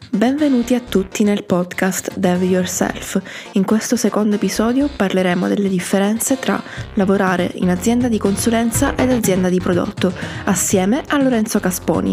Benvenuti a tutti nel podcast Dev Yourself. In questo secondo episodio parleremo delle differenze tra lavorare in azienda di consulenza ed azienda di prodotto, assieme a Lorenzo Casponi.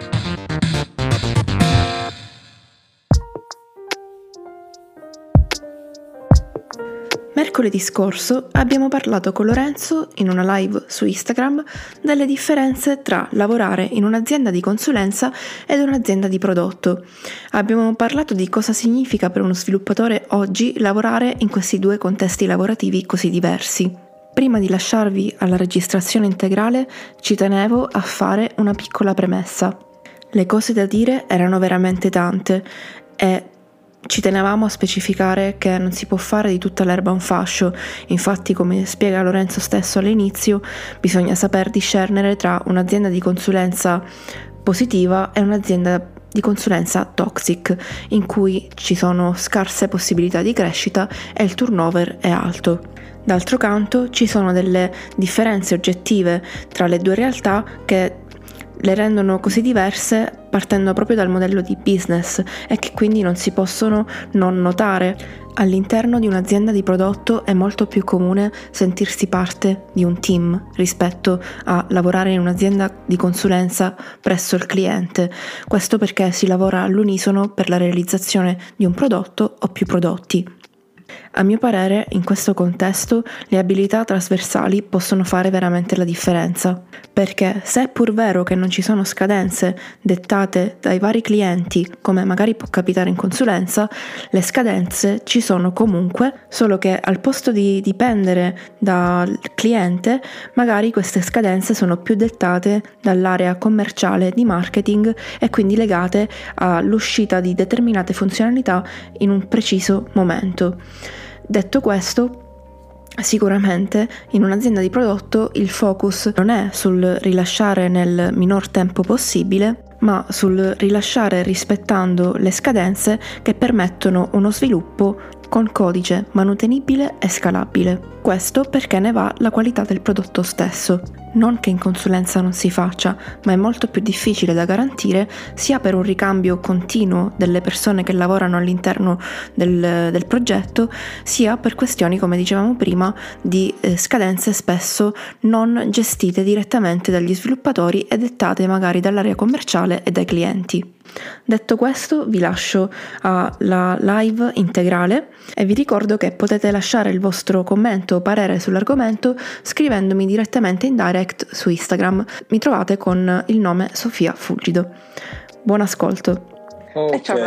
Mercoledì scorso abbiamo parlato con Lorenzo in una live su Instagram delle differenze tra lavorare in un'azienda di consulenza ed un'azienda di prodotto. Abbiamo parlato di cosa significa per uno sviluppatore oggi lavorare in questi due contesti lavorativi così diversi. Prima di lasciarvi alla registrazione integrale ci tenevo a fare una piccola premessa. Le cose da dire erano veramente tante e ci tenevamo a specificare che non si può fare di tutta l'erba un fascio. Infatti, come spiega Lorenzo stesso all'inizio, bisogna saper discernere tra un'azienda di consulenza positiva e un'azienda di consulenza toxic, in cui ci sono scarse possibilità di crescita e il turnover è alto. D'altro canto ci sono delle differenze oggettive tra le due realtà che le rendono così diverse partendo proprio dal modello di business e che quindi non si possono non notare. All'interno di un'azienda di prodotto è molto più comune sentirsi parte di un team rispetto a lavorare in un'azienda di consulenza presso il cliente. Questo perché si lavora all'unisono per la realizzazione di un prodotto o più prodotti. A mio parere, in questo contesto, le abilità trasversali possono fare veramente la differenza, perché se è pur vero che non ci sono scadenze dettate dai vari clienti, come magari può capitare in consulenza, le scadenze ci sono comunque, solo che al posto di dipendere dal cliente, magari queste scadenze sono più dettate dall'area commerciale di marketing e quindi legate all'uscita di determinate funzionalità in un preciso momento. Detto questo, sicuramente in un'azienda di prodotto il focus non è sul rilasciare nel minor tempo possibile, ma sul rilasciare rispettando le scadenze che permettono uno sviluppo con codice manutenibile e scalabile. Questo perché ne va la qualità del prodotto stesso. Non che in consulenza non si faccia, ma è molto più difficile da garantire sia per un ricambio continuo delle persone che lavorano all'interno del progetto, sia per questioni, come dicevamo prima, di scadenze spesso non gestite direttamente dagli sviluppatori e dettate magari dall'area commerciale e dai clienti. Detto questo, vi lascio alla live integrale e vi ricordo che potete lasciare il vostro commento o parere sull'argomento scrivendomi direttamente in direct su Instagram. Mi trovate con il nome Sofia Fulgido. Buon ascolto. Ok, ciao,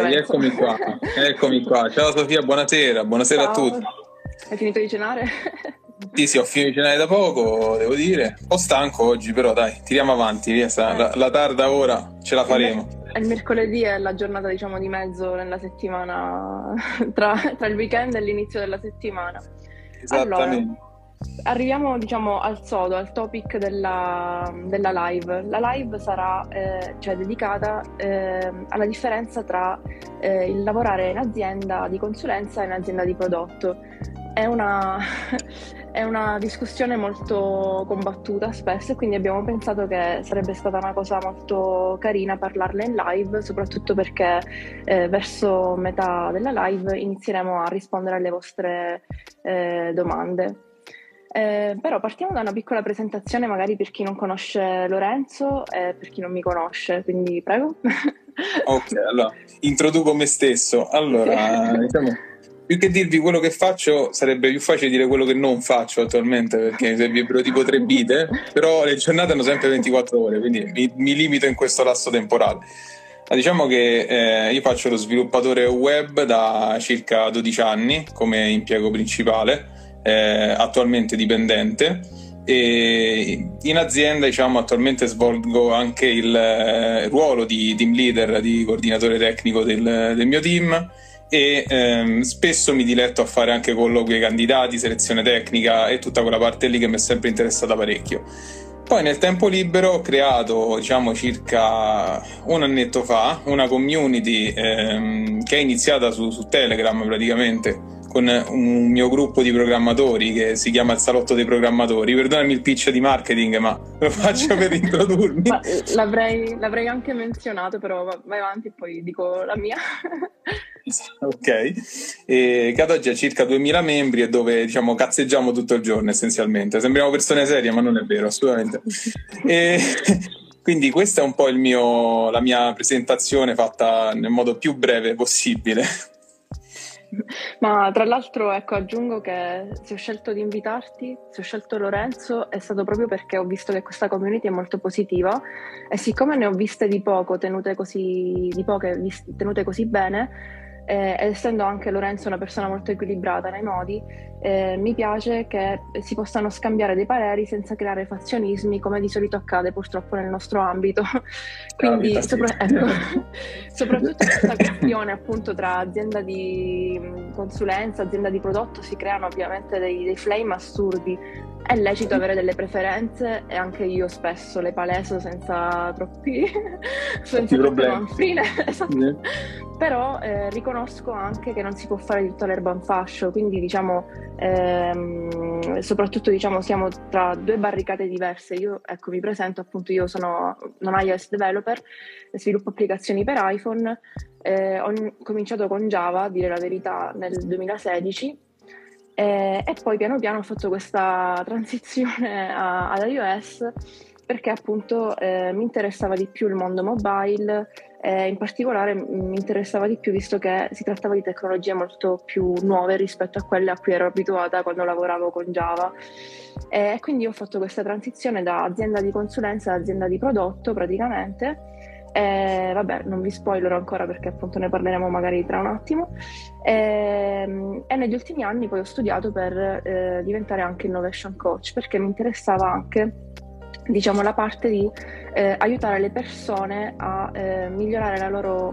eccomi qua. Ciao Sofia, buonasera Ciao. A tutti. Hai finito di cenare? Sì, ho finito di cenare da poco, devo dire. Un po' stanco oggi, però dai, tiriamo avanti, via, la tarda ora ce la faremo. Il mercoledì è la giornata, diciamo, di mezzo nella settimana, tra il weekend e l'inizio della settimana. Esattamente. Allora, arriviamo, diciamo, al sodo, al topic della live. La live sarà dedicata alla differenza tra il lavorare in azienda di consulenza e in azienda di prodotto. È una discussione molto combattuta spesso e quindi abbiamo pensato che sarebbe stata una cosa molto carina parlarne in live, soprattutto perché verso metà della live inizieremo a rispondere alle vostre domande. Però partiamo da una piccola presentazione magari per chi non conosce Lorenzo e per chi non mi conosce, quindi prego. Ok, allora introduco me stesso. Allora, diciamo, più che dirvi quello che faccio, sarebbe più facile dire quello che non faccio attualmente, perché servirebbero tipo 3 vite, però le giornate hanno sempre 24 ore, quindi mi limito in questo lasso temporale. Ma diciamo che io faccio lo sviluppatore web da circa 12 anni come impiego principale, attualmente dipendente, e in azienda, diciamo, attualmente svolgo anche il ruolo di team leader, di coordinatore tecnico del mio team, e spesso mi diletto a fare anche colloqui ai candidati, selezione tecnica e tutta quella parte lì che mi è sempre interessata parecchio. Poi nel tempo libero ho creato, diciamo, circa un annetto fa una community che è iniziata su Telegram praticamente con un mio gruppo di programmatori che si chiama il Salotto dei Programmatori. Perdonami il pitch di marketing, ma lo faccio per introdurmi. Ma l'avrei anche menzionato, però vai avanti e poi dico la mia. Ok, e che ad oggi ha circa 2000 membri e dove diciamo cazzeggiamo tutto il giorno essenzialmente. Sembriamo persone serie, ma non è vero, assolutamente. E quindi questa è un po' la mia presentazione fatta nel modo più breve possibile. Ma tra l'altro, ecco, aggiungo che se ho scelto di invitarti, se ho scelto Lorenzo, è stato proprio perché ho visto che questa community è molto positiva e siccome ne ho viste di poche, tenute così bene, essendo anche Lorenzo una persona molto equilibrata nei modi, mi piace che si possano scambiare dei pareri senza creare fazionismi come di solito accade purtroppo nel nostro ambito. Quindi soprattutto questa questione appunto tra azienda di consulenza, azienda di prodotto, si creano ovviamente dei flame assurdi. È lecito avere delle preferenze e anche io spesso le paleso senza troppi problemi. Esatto. Però riconosco anche che non si può fare di tutta l'erba un fascio, quindi diciamo soprattutto diciamo siamo tra due barricate diverse. Io ecco mi presento appunto, io sono un iOS developer, sviluppo applicazioni per iPhone, ho cominciato con Java, a dire la verità, nel 2016 e poi piano piano ho fatto questa transizione ad iOS perché appunto mi interessava di più il mondo mobile, in particolare mi interessava di più visto che si trattava di tecnologie molto più nuove rispetto a quelle a cui ero abituata quando lavoravo con Java. E quindi ho fatto questa transizione da azienda di consulenza ad azienda di prodotto praticamente. Vabbè, non vi spoilerò ancora perché appunto ne parleremo magari tra un attimo. E negli ultimi anni poi ho studiato per diventare anche innovation coach perché mi interessava anche diciamo la parte di aiutare le persone a migliorare la loro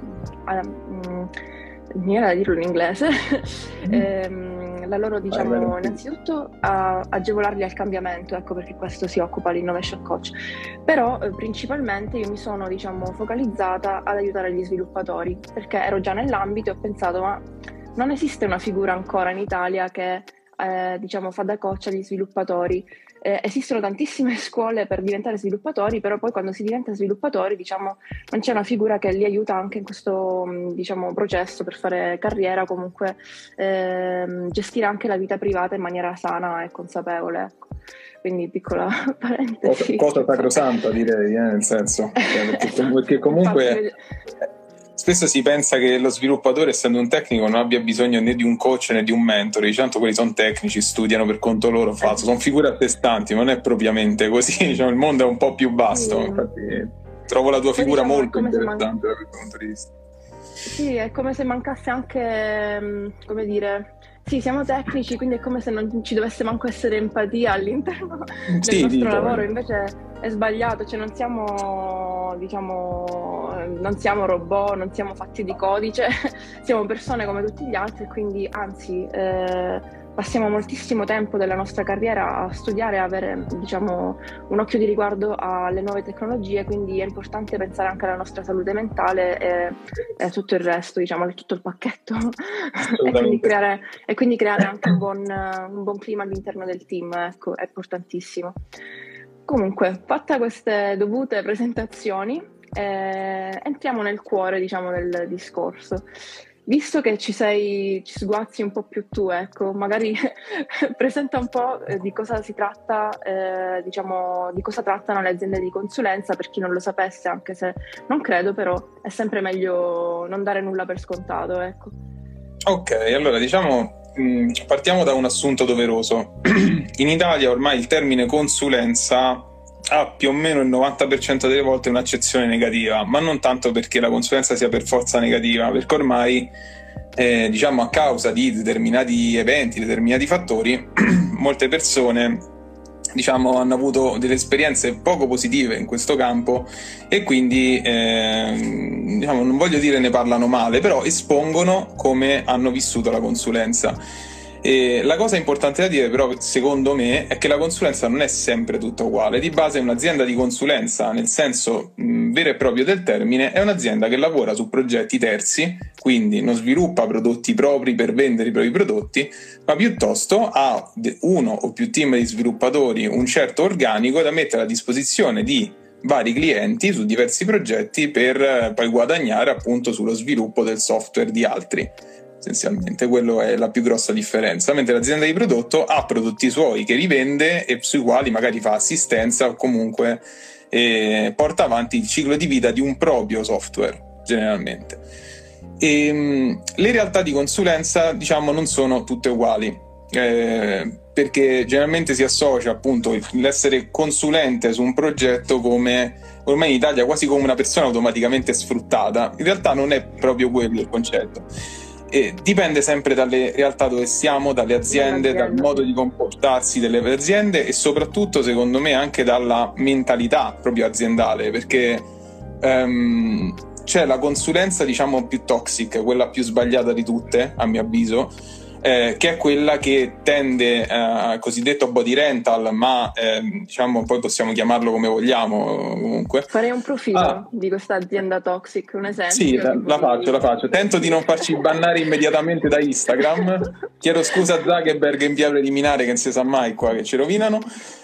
mi viene da dirlo in inglese la loro diciamo innanzitutto a agevolarli al cambiamento, ecco perché questo si occupa l'innovation coach, però principalmente io mi sono diciamo focalizzata ad aiutare gli sviluppatori perché ero già nell'ambito e ho pensato ma non esiste una figura ancora in Italia che diciamo fa da coach agli sviluppatori. Esistono tantissime scuole per diventare sviluppatori, però poi quando si diventa sviluppatori diciamo non c'è una figura che li aiuta anche in questo diciamo processo per fare carriera, comunque gestire anche la vita privata in maniera sana e consapevole, ecco. Quindi piccola parentesi. Cosa sacrosanta direi, nel senso perché comunque spesso si pensa che lo sviluppatore, essendo un tecnico, non abbia bisogno né di un coach né di un mentore. Tanto quelli sono tecnici, studiano per conto loro, sono figure a sé stanti, non è propriamente così. Diciamo, il mondo è un po' più vasto. Sì. Infatti, trovo la tua figura molto interessante da questo punto di vista. Sì, è come se mancasse anche, come dire, sì, siamo tecnici, quindi è come se non ci dovesse manco essere empatia all'interno del nostro lavoro, invece è sbagliato, cioè non siamo, diciamo, non siamo robot, non siamo fatti di codice, siamo persone come tutti gli altri, quindi anzi passiamo moltissimo tempo della nostra carriera a studiare, a avere diciamo un occhio di riguardo alle nuove tecnologie, quindi è importante pensare anche alla nostra salute mentale e a tutto il resto, diciamo, a tutto il pacchetto e quindi creare anche un buon clima all'interno del team, ecco, è importantissimo. Comunque, fatta queste dovute presentazioni, entriamo nel cuore, diciamo, del discorso. Visto che ci sguazzi un po' più tu, ecco, magari presenta un po' di cosa si tratta, diciamo, di cosa trattano le aziende di consulenza, per chi non lo sapesse, anche se non credo, però è sempre meglio non dare nulla per scontato, ecco. Ok, allora diciamo, partiamo da un assunto doveroso. In Italia ormai il termine consulenza ha più o meno il 90% delle volte un'accezione negativa, ma non tanto perché la consulenza sia per forza negativa, perché ormai diciamo a causa di determinati eventi, determinati fattori, molte persone diciamo hanno avuto delle esperienze poco positive in questo campo e quindi diciamo, non voglio dire ne parlano male, però espongono come hanno vissuto la consulenza. E la cosa importante da dire però, secondo me, è che la consulenza non è sempre tutta uguale. Di base un'azienda di consulenza, nel senso vero e proprio del termine, è un'azienda che lavora su progetti terzi, quindi non sviluppa prodotti propri per vendere i propri prodotti, ma piuttosto ha uno o più team di sviluppatori, un certo organico da mettere a disposizione di vari clienti su diversi progetti per poi guadagnare appunto sullo sviluppo del software di altri. Essenzialmente quello è la più grossa differenza, mentre l'azienda di prodotto ha prodotti suoi che rivende e sui quali magari fa assistenza o comunque porta avanti il ciclo di vita di un proprio software generalmente. E le realtà di consulenza, diciamo, non sono tutte uguali, perché generalmente si associa appunto l'essere consulente su un progetto come, ormai in Italia, quasi come una persona automaticamente sfruttata. In realtà non è proprio quello il concetto. E dipende sempre dalle realtà dove siamo, dalle aziende, dal modo di comportarsi delle aziende e soprattutto, secondo me, anche dalla mentalità proprio aziendale, perché c'è la consulenza, diciamo, più toxic, quella più sbagliata di tutte, a mio avviso, che è quella che tende cosiddetto body rental, ma diciamo poi possiamo chiamarlo come vogliamo comunque. Farei un profilo di questa azienda toxic, un esempio. Sì, la faccio. Tento di non farci bannare immediatamente da Instagram. Chiedo scusa a Zuckerberg in via preliminare, che non si sa mai qua che ci rovinano.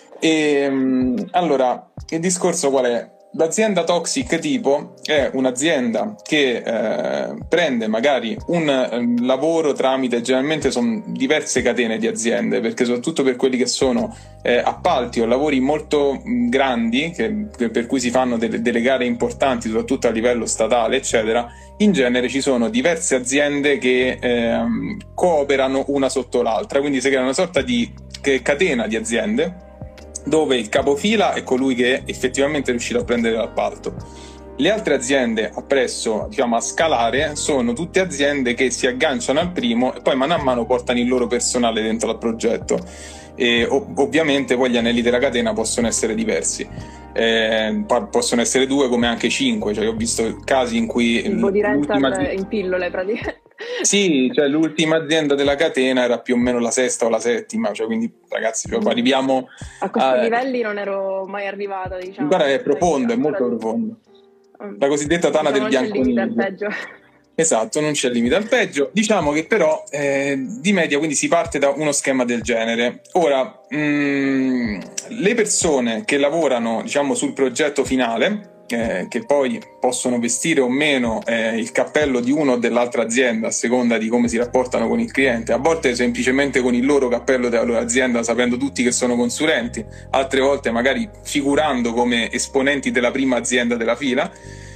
E allora, il discorso qual è? L'azienda toxic tipo è un'azienda che prende magari un lavoro tramite, generalmente sono diverse catene di aziende, perché soprattutto per quelli che sono appalti o lavori molto grandi, per cui si fanno delle gare importanti, soprattutto a livello statale, eccetera, in genere ci sono diverse aziende che cooperano una sotto l'altra, quindi si crea una sorta di catena di aziende dove il capofila è colui che effettivamente è riuscito a prendere l'appalto. Le altre aziende appresso, diciamo a scalare, sono tutte aziende che si agganciano al primo e poi mano a mano portano il loro personale dentro al progetto. E ovviamente poi gli anelli della catena possono essere diversi, possono essere 2 come anche 5, cioè ho visto casi in cui il body rental in pillole praticamente. Sì, cioè l'ultima azienda della catena era più o meno la sesta o la settima, cioè quindi ragazzi arriviamo a questi livelli non ero mai arrivata, diciamo. Guarda, è profondo, è molto profondo. La cosiddetta tana del bianconiglio. Esatto, non c'è limite al peggio. Diciamo che però di media quindi si parte da uno schema del genere. Ora, le persone che lavorano, diciamo, sul progetto finale, che poi possono vestire o meno il cappello di uno o dell'altra azienda a seconda di come si rapportano con il cliente, a volte semplicemente con il loro cappello della loro azienda, sapendo tutti che sono consulenti, altre volte magari figurando come esponenti della prima azienda della fila,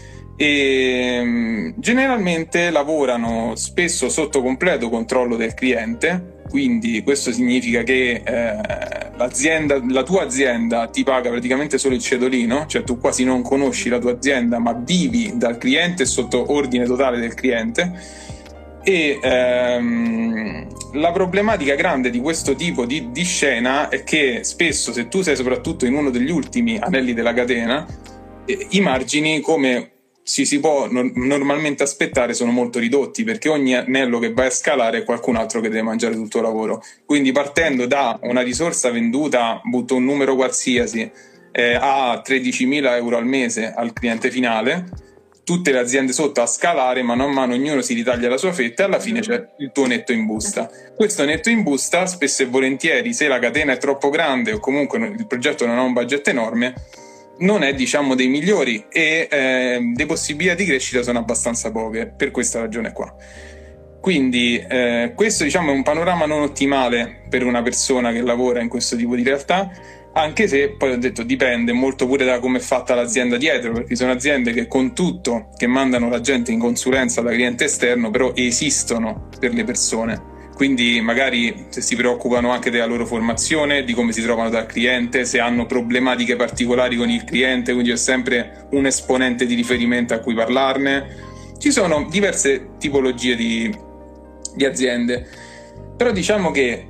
e generalmente lavorano spesso sotto completo controllo del cliente. Quindi questo significa che la tua azienda ti paga praticamente solo il cedolino, cioè tu quasi non conosci la tua azienda ma vivi dal cliente e sotto ordine totale del cliente. E la problematica grande di questo tipo di scena è che spesso, se tu sei soprattutto in uno degli ultimi anelli della catena, i margini, come si può normalmente aspettare, sono molto ridotti, perché ogni anello che vai a scalare è qualcun altro che deve mangiare tutto il lavoro. Quindi partendo da una risorsa venduta, butto un numero qualsiasi, a 13.000 euro al mese al cliente finale, tutte le aziende sotto a scalare, mano a mano ognuno si ritaglia la sua fetta e alla fine c'è il tuo netto in busta. Questo netto in busta, spesso e volentieri, se la catena è troppo grande o comunque il progetto non ha un budget enorme, non è, diciamo, dei migliori, e le possibilità di crescita sono abbastanza poche per questa ragione qua. Quindi questo, diciamo, è un panorama non ottimale per una persona che lavora in questo tipo di realtà, anche se poi ho detto dipende molto pure da come è fatta l'azienda dietro, perché sono aziende che con tutto che mandano la gente in consulenza da cliente esterno però esistono per le persone. Quindi magari se si preoccupano anche della loro formazione, di come si trovano dal cliente, se hanno problematiche particolari con il cliente, quindi c'è sempre un esponente di riferimento a cui parlarne. Ci sono diverse tipologie di aziende, però diciamo che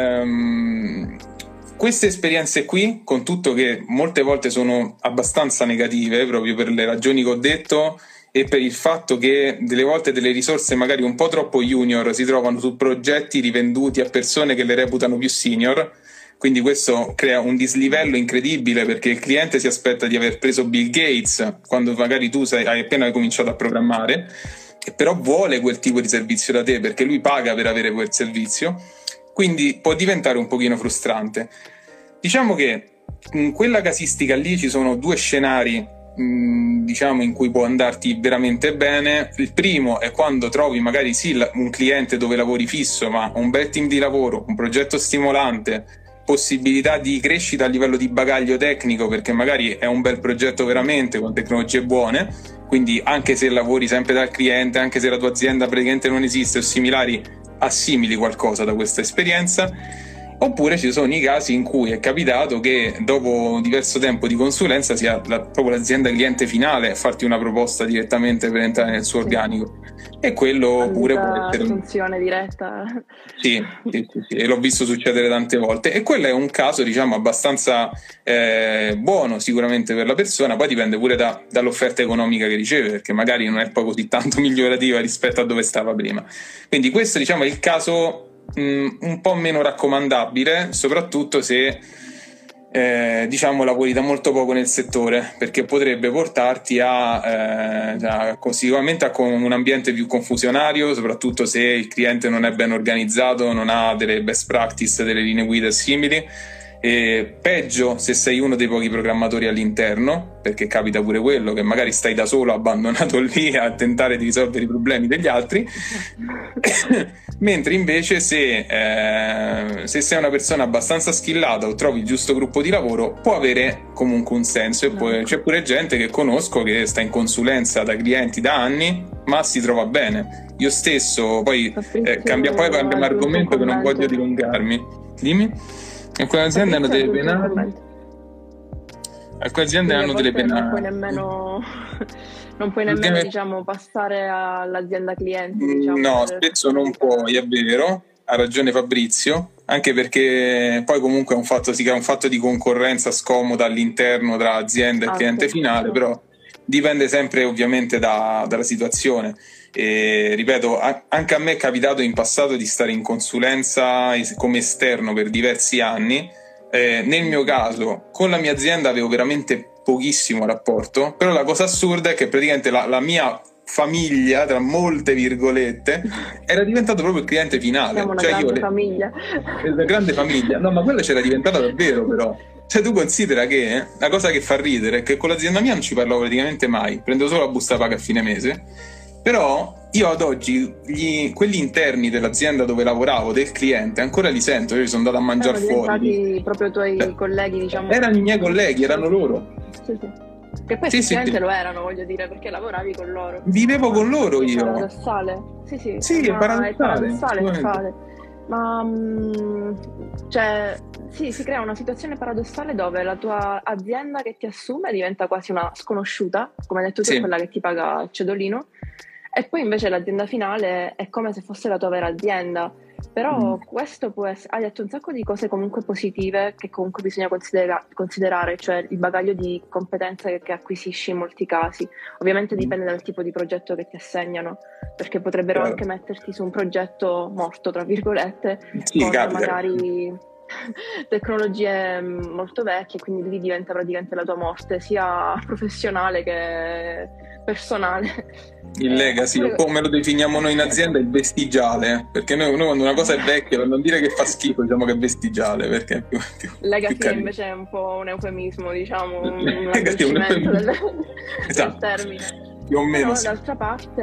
queste esperienze qui, con tutto che molte volte sono abbastanza negative proprio per le ragioni che ho detto, e per il fatto che delle volte delle risorse magari un po' troppo junior si trovano su progetti rivenduti a persone che le reputano più senior. Quindi questo crea un dislivello incredibile, perché il cliente si aspetta di aver preso Bill Gates quando magari tu hai appena cominciato a programmare, e però vuole quel tipo di servizio da te perché lui paga per avere quel servizio, quindi può diventare un pochino frustrante. Diciamo che in quella casistica lì ci sono due scenari, diciamo, in cui può andarti veramente bene. Il primo è quando trovi magari sì un cliente dove lavori fisso, ma un bel team di lavoro, un progetto stimolante, possibilità di crescita a livello di bagaglio tecnico, perché magari è un bel progetto veramente con tecnologie buone, quindi anche se lavori sempre dal cliente, anche se la tua azienda praticamente non esiste o similari, assimili qualcosa da questa esperienza. Oppure ci sono i casi in cui è capitato che dopo diverso tempo di consulenza sia proprio l'azienda cliente finale a farti una proposta direttamente per entrare nel suo organico, e quello pure può essere funzione diretta. Sì, e l'ho visto succedere tante volte, e quello è un caso, diciamo, abbastanza buono sicuramente per la persona. Poi dipende pure dall'offerta economica che riceve, perché magari non è poi così tanto migliorativa rispetto a dove stava prima. Quindi questo, diciamo, è il caso un po' meno raccomandabile, soprattutto se diciamo lavori da molto poco nel settore, perché potrebbe portarti sicuramente a un ambiente più confusionario, soprattutto se il cliente non è ben organizzato, non ha delle best practice, delle linee guida simili. E peggio se sei uno dei pochi programmatori all'interno, perché capita pure quello, che magari stai da solo, abbandonato lì a tentare di risolvere i problemi degli altri. Mentre invece se sei una persona abbastanza skillata o trovi il giusto gruppo di lavoro, può avere comunque un senso. E poi c'è pure gente che conosco che sta in consulenza da clienti da anni, ma si trova bene. Io stesso poi cambiamo argomento, che non voglio dilungarmi. Dimmi. Alcune aziende hanno delle penali. Alcune aziende hanno delle penali. Non puoi nemmeno diciamo, passare all'azienda cliente. Diciamo, no, spesso non puoi, è vero. Ha ragione Fabrizio. Anche perché poi comunque si crea un fatto di concorrenza scomoda all'interno tra azienda e cliente finale, però dipende sempre ovviamente dalla situazione. E ripeto, anche a me è capitato in passato di stare in consulenza come esterno per diversi anni. Nel mio caso con la mia azienda avevo veramente pochissimo rapporto, però la cosa assurda è che praticamente la mia famiglia, tra molte virgolette, era diventato proprio il cliente finale. Siamo una grande famiglia. Una grande famiglia. No, ma quella c'era diventata davvero, però. Cioè, tu considera che la cosa che fa ridere è che con l'azienda mia non ci parlavo praticamente mai, prendevo solo la busta paga a fine mese. Però io ad oggi quelli interni dell'azienda dove lavoravo, del cliente, ancora li sento. Io sono andato a mangiare fuori. Proprio i tuoi colleghi, diciamo. Erano i miei colleghi, erano loro. Sì. Che poi effettivamente lo erano, voglio dire, perché lavoravi con loro. Vivevo con loro io. È paradossale. Sì, è paradossale. Ma cioè, sì, si crea una situazione paradossale dove la tua azienda che ti assume diventa quasi una sconosciuta, come hai detto tu, quella che ti paga il cedolino, e poi invece l'azienda finale è come se fosse la tua vera azienda. Però questo può essere, hai detto un sacco di cose comunque positive che comunque bisogna considerare, cioè il bagaglio di competenze che acquisisci in molti casi. Ovviamente dipende dal tipo di progetto che ti assegnano, perché potrebbero anche metterti su un progetto morto, tra virgolette, con magari tecnologie molto vecchie, quindi lì diventa praticamente la tua morte, sia professionale che personale. Il legacy, o come lo definiamo noi in azienda, il vestigiale, perché noi quando una cosa è vecchia, per non dire che fa schifo, diciamo che è vestigiale, perché è più legacy invece è un po' un eufemismo, diciamo, un esatto. del termine. Più o meno. Dall'altra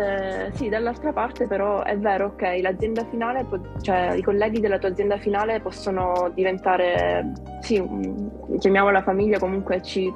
parte però è vero, ok, l'azienda finale, cioè i colleghi della tua azienda finale possono diventare, chiamiamola famiglia, comunque ci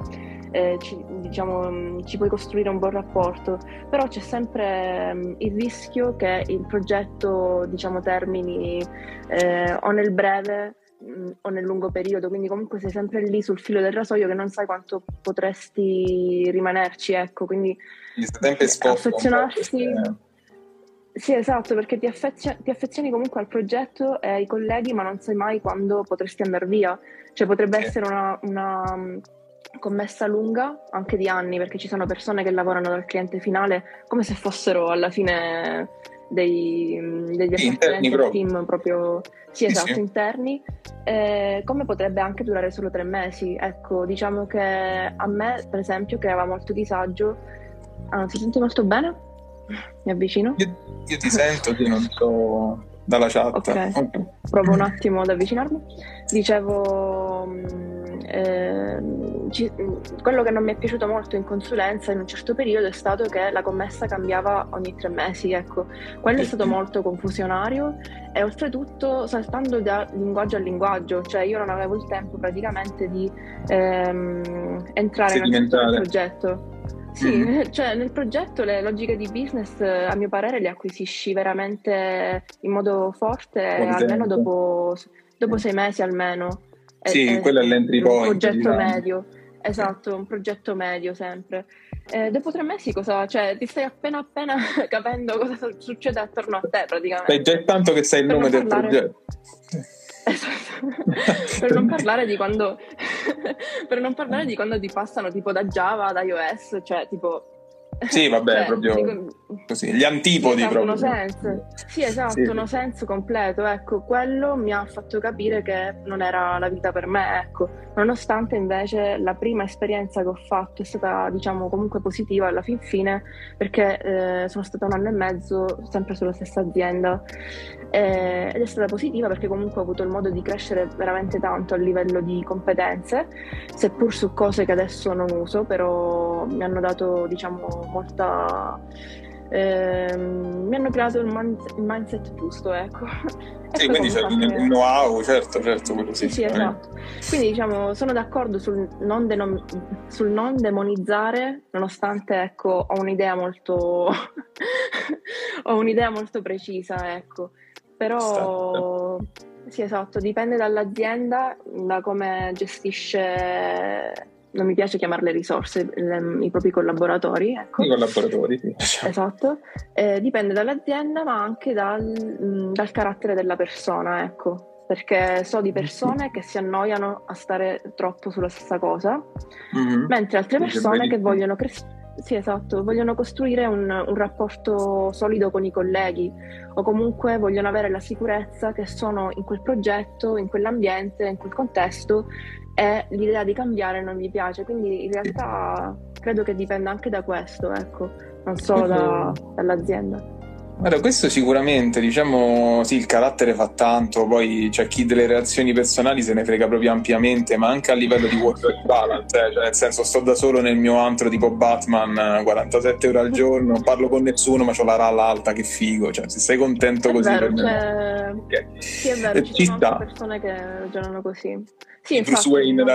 puoi costruire un buon rapporto, però c'è sempre il rischio che il progetto, diciamo, termini o nel breve o nel lungo periodo, quindi comunque sei sempre lì sul filo del rasoio che non sai quanto potresti rimanerci, ecco, quindi affezionarsi. Sì, esatto, perché ti affezioni comunque al progetto e ai colleghi, ma non sai mai quando potresti andare via, cioè potrebbe essere commessa lunga, anche di anni, perché ci sono persone che lavorano dal cliente finale come se fossero alla fine degli appartenenti al team proprio, sì, esatto, interni. Come potrebbe anche durare solo 3 mesi. Ecco, diciamo che a me, per esempio, creava molto disagio. Si sente molto bene? Mi avvicino? Io ti sento, che non so dalla chat. Ok, provo un attimo ad avvicinarmi. Dicevo, quello che non mi è piaciuto molto in consulenza in un certo periodo è stato che la commessa cambiava ogni 3 mesi, ecco. Quello è stato molto confusionario e oltretutto saltando da linguaggio a linguaggio, cioè io non avevo il tempo praticamente di entrare nel progetto. Sì, cioè nel progetto le logiche di business a mio parere le acquisisci veramente in modo forte almeno dopo 6 mesi almeno. Sì, quello è l'entry point. Un progetto medio, esatto, un progetto medio sempre. Dopo 3 mesi cioè ti stai appena capendo cosa succede attorno a te praticamente. Beh, già è tanto che sai il nome del progetto. Esatto. per non parlare di quando ti passano tipo da Java ad iOS, cioè tipo sì, vabbè, proprio così, gli antipodi, sì, proprio. Sì, esatto, sì. No senso completo, ecco, quello mi ha fatto capire che non era la vita per me, ecco, nonostante invece la prima esperienza che ho fatto è stata, diciamo, comunque positiva alla fin fine, perché sono stata 1 anno e mezzo sempre sulla stessa azienda ed è stata positiva perché comunque ho avuto il modo di crescere veramente tanto a livello di competenze, seppur su cose che adesso non uso, però mi hanno dato, diciamo, molta mi hanno creato il mindset giusto, ecco. Sì, quindi c'è il know-how, certo, quello sì. Sì, esatto. Quindi diciamo sono d'accordo sul non demonizzare, nonostante ecco ho un'idea molto precisa, ecco. Però sì, esatto, dipende dall'azienda, da come gestisce. Non mi piace chiamarle risorse, i propri collaboratori, ecco. I collaboratori, sì. Esatto. Dipende dall'azienda, ma anche dal carattere della persona, ecco. Perché so di persone che si annoiano a stare troppo sulla stessa cosa, mentre altre persone che vogliono vogliono costruire un rapporto solido con i colleghi o comunque vogliono avere la sicurezza che sono in quel progetto, in quell'ambiente, in quel contesto e l'idea di cambiare non gli piace, quindi in realtà credo che dipenda anche da questo, ecco, non solo dall'azienda. Allora, questo sicuramente, diciamo, sì, il carattere fa tanto, poi c'è chi delle relazioni personali se ne frega proprio ampiamente, ma anche a livello di work-life balance, cioè nel senso sto da solo nel mio antro tipo Batman, 47 ore al giorno, non parlo con nessuno, ma c'ho la ralla alta, che figo, cioè se sei contento è così vero, per me. Okay. Sì, è vero, ci sono anche persone che ragionano così. Sì, Bruce Wayne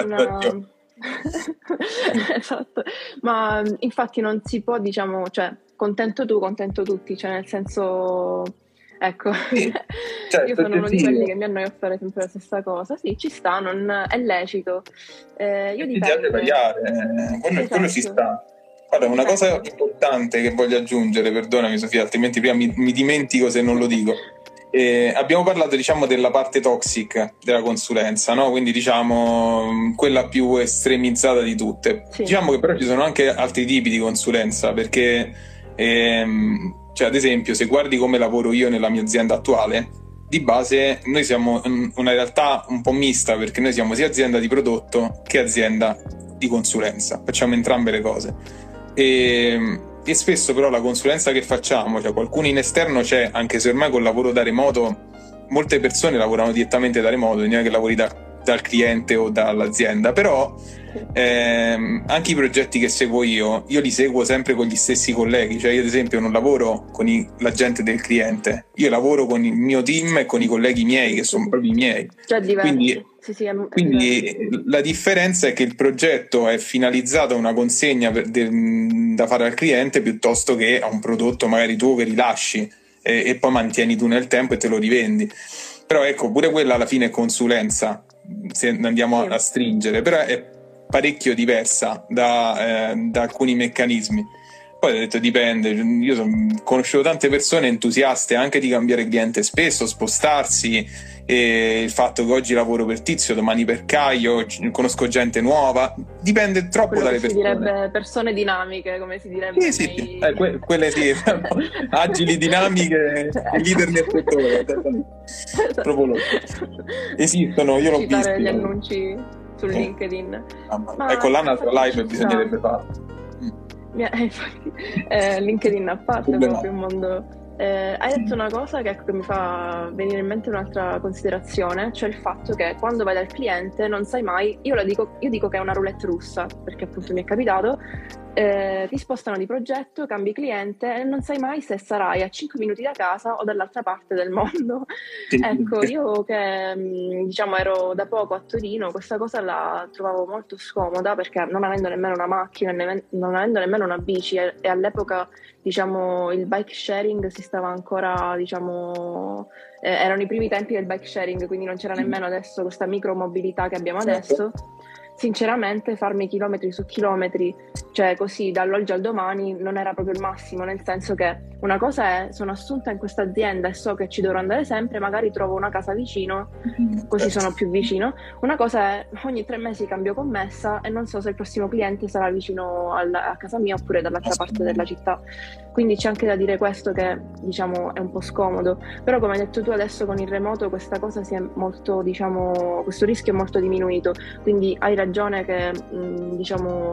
esatto, ma infatti non si può, diciamo, cioè contento tu, contento tutti, cioè nel senso, ecco, sì, certo, io sono uno di quelli che mi annoia a fare sempre la stessa cosa, sì, ci sta, non è lecito. Io dipende. Quello ci sta. Guarda, una cosa importante che voglio aggiungere, perdonami Sofia, altrimenti prima mi dimentico se non lo dico. Abbiamo parlato, diciamo, della parte toxic della consulenza, no? Quindi diciamo quella più estremizzata di tutte. Sì. Diciamo che però ci sono anche altri tipi di consulenza, perché cioè ad esempio se guardi come lavoro io nella mia azienda attuale, di base noi siamo una realtà un po' mista, perché noi siamo sia azienda di prodotto che azienda di consulenza, facciamo entrambe le cose e spesso però la consulenza che facciamo, cioè qualcuno in esterno c'è, anche se ormai col lavoro da remoto molte persone lavorano direttamente da remoto, non è che lavori dal cliente o dall'azienda, però anche i progetti che seguo io li seguo sempre con gli stessi colleghi, cioè io ad esempio non lavoro con la gente del cliente, io lavoro con il mio team e con i colleghi miei che sono proprio i miei, quindi la differenza è che il progetto è finalizzato a una consegna da fare al cliente piuttosto che a un prodotto magari tuo che rilasci e poi mantieni tu nel tempo e te lo rivendi. Però ecco, pure quella alla fine è consulenza, se andiamo a stringere, però è parecchio diversa da alcuni meccanismi. Poi ho detto dipende, io conoscevo tante persone entusiaste anche di cambiare cliente spesso, spostarsi, e il fatto che oggi lavoro per Tizio, domani per Caio, conosco gente nuova, dipende troppo quello dalle che persone. Si direbbe persone dinamiche, come si direbbe. Sì. Quelle sì, agili, dinamiche, leader nel settore. Proprio loro. Esistono, io l'ho visto. Citare gli annunci su LinkedIn. Ecco, la nostra live bisognerebbe farlo. Infatti, LinkedIn a parte è proprio un mondo. Hai detto una cosa che mi fa venire in mente un'altra considerazione, cioè il fatto che quando vai dal cliente non sai mai, io dico che è una roulette russa, perché appunto mi è capitato, ti spostano di progetto, cambi cliente e non sai mai se sarai a 5 minuti da casa o dall'altra parte del mondo. Ecco, io che diciamo ero da poco a Torino, questa cosa la trovavo molto scomoda, perché non avendo nemmeno una macchina, non avendo nemmeno una bici, e all'epoca diciamo il bike sharing si stava ancora, diciamo, erano i primi tempi del bike sharing, quindi non c'era nemmeno adesso questa micromobilità che abbiamo adesso. Sinceramente farmi chilometri su chilometri, cioè così dall'oggi al domani, non era proprio il massimo, nel senso che una cosa è sono assunta in questa azienda e so che ci dovrò andare sempre, magari trovo una casa vicino, così sono più vicino. Una cosa è ogni 3 mesi cambio commessa e non so se il prossimo cliente sarà vicino a casa mia oppure dall'altra parte della città. Quindi c'è anche da dire questo, che diciamo è un po' scomodo, però come hai detto tu adesso con il remoto questa cosa si è molto, diciamo, questo rischio è molto diminuito, quindi hai ragione che diciamo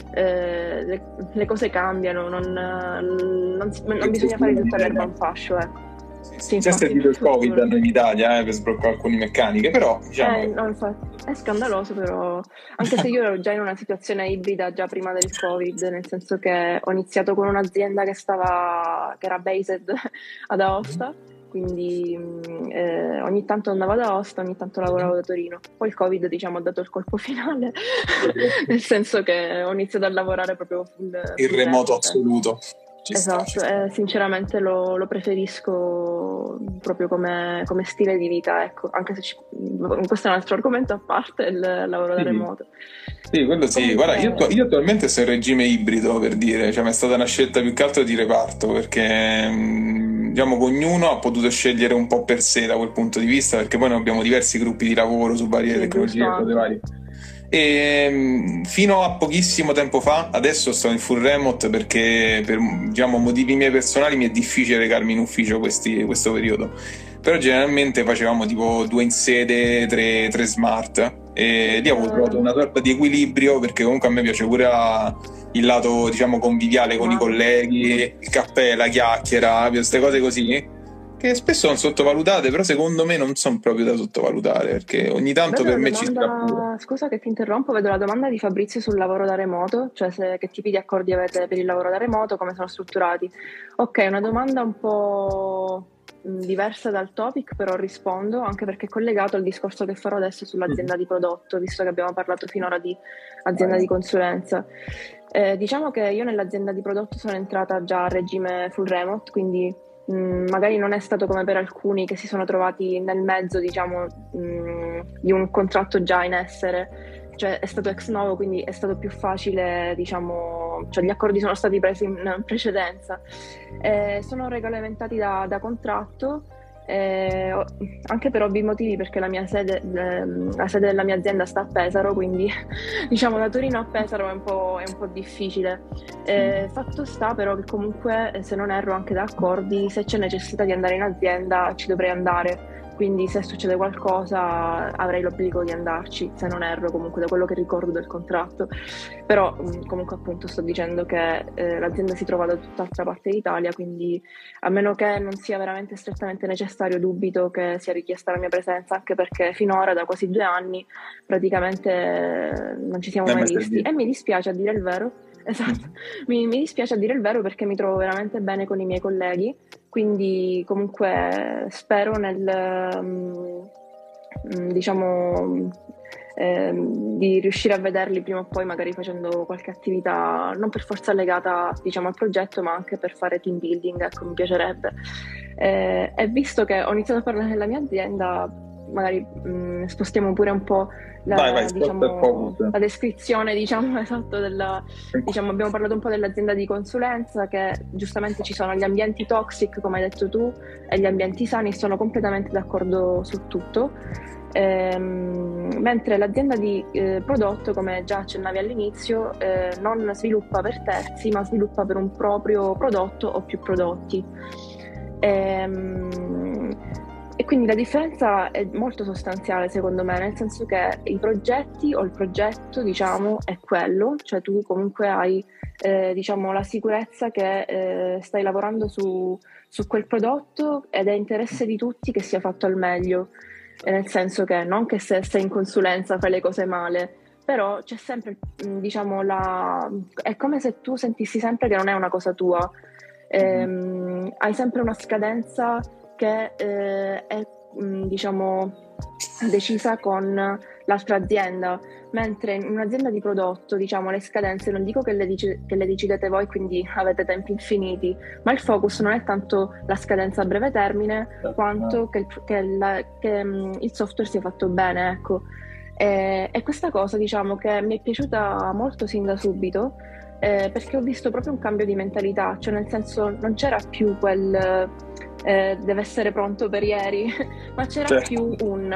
le cose cambiano, non bisogna fare tutta l'erba un fascio, ecco. Sì, c'è servito il Covid in Italia per sbloccare alcune meccaniche, però diciamo... no, infatti, è scandaloso, però anche se io ero già in una situazione ibrida già prima del Covid, nel senso che ho iniziato con un'azienda che era based ad Aosta, quindi ogni tanto andavo ad Aosta, ogni tanto lavoravo da Torino. Poi il Covid, diciamo, ha dato il colpo finale, nel senso che ho iniziato a lavorare proprio il remoto assoluto. Esatto, sinceramente lo preferisco proprio come stile di vita, ecco, anche se questo è un altro argomento a parte, il lavoro da remoto. Sì, quello sì. Guarda, io attualmente sono in regime ibrido, per dire, cioè mi è stata una scelta più che altro di reparto, perché diciamo che ognuno ha potuto scegliere un po' per sé da quel punto di vista, perché poi noi abbiamo diversi gruppi di lavoro su varie tecnologie, cose varie. E fino a pochissimo tempo fa, adesso sto in full remote perché per diciamo motivi miei personali mi è difficile recarmi in ufficio questo periodo, però generalmente facevamo tipo 2 in sede, 3 smart, e lì avevo trovato una sorta di equilibrio, perché comunque a me piace pure il lato diciamo conviviale con i colleghi, il caffè, la chiacchiera, queste cose così che spesso sono sottovalutate, però secondo me non sono proprio da sottovalutare, perché ogni tanto per me ci sta pure. Scusa che ti interrompo, vedo la domanda di Fabrizio sul lavoro da remoto, cioè che tipi di accordi avete per il lavoro da remoto, come sono strutturati. Ok, una domanda un po' diversa dal topic, però rispondo, anche perché è collegato al discorso che farò adesso sull'azienda di prodotto, visto che abbiamo parlato finora di azienda di consulenza. Diciamo che io nell'azienda di prodotto sono entrata già a regime full remote, quindi magari non è stato come per alcuni che si sono trovati nel mezzo, diciamo, di un contratto già in essere, cioè è stato ex novo, quindi è stato più facile, diciamo, cioè gli accordi sono stati presi in precedenza, sono regolamentati da contratto, anche per ovvi motivi, perché la sede della mia azienda sta a Pesaro, quindi diciamo da Torino a Pesaro è un po' difficile. Fatto sta però che comunque, se non erro anche da accordi, se c'è necessità di andare in azienda ci dovrei andare, quindi se succede qualcosa avrei l'obbligo di andarci, se non erro, comunque da quello che ricordo del contratto. Però comunque appunto sto dicendo che l'azienda si trova da tutt'altra parte d'Italia, quindi a meno che non sia veramente strettamente necessario, dubito che sia richiesta la mia presenza, anche perché finora da quasi 2 anni praticamente non ci siamo mai visti, e mi dispiace a dire il vero. Esatto, mi dispiace a dire il vero, perché mi trovo veramente bene con i miei colleghi, quindi comunque spero diciamo di riuscire a vederli prima o poi, magari facendo qualche attività non per forza legata, diciamo, al progetto, ma anche per fare team building, ecco, mi piacerebbe. E visto che ho iniziato a parlare della mia azienda, magari spostiamo pure un po' la descrizione, diciamo, esatto, abbiamo parlato un po' dell'azienda di consulenza, che giustamente ci sono gli ambienti toxic, come hai detto tu, e gli ambienti sani. Sono completamente d'accordo su tutto. Mentre l'azienda di prodotto, come già accennavi all'inizio, non sviluppa per terzi, ma sviluppa per un proprio prodotto o più prodotti. E quindi la differenza è molto sostanziale, secondo me, nel senso che i progetti o il progetto, diciamo, è quello, cioè tu comunque hai diciamo, la sicurezza che stai lavorando su quel prodotto, ed è interesse di tutti che sia fatto al meglio, nel senso che non che se sei in consulenza fai le cose male, però c'è sempre, diciamo, è come se tu sentissi sempre che non è una cosa tua. Hai sempre una scadenza che è, diciamo, decisa con l'altra azienda, mentre in un'azienda di prodotto, diciamo, le scadenze non dico che le decidete voi, quindi avete tempi infiniti, ma il focus non è tanto la scadenza a breve termine quanto che il software sia fatto bene, ecco. E questa cosa, diciamo, che mi è piaciuta molto sin da subito, perché ho visto proprio un cambio di mentalità, cioè nel senso non c'era più quel deve essere pronto per ieri, ma c'era più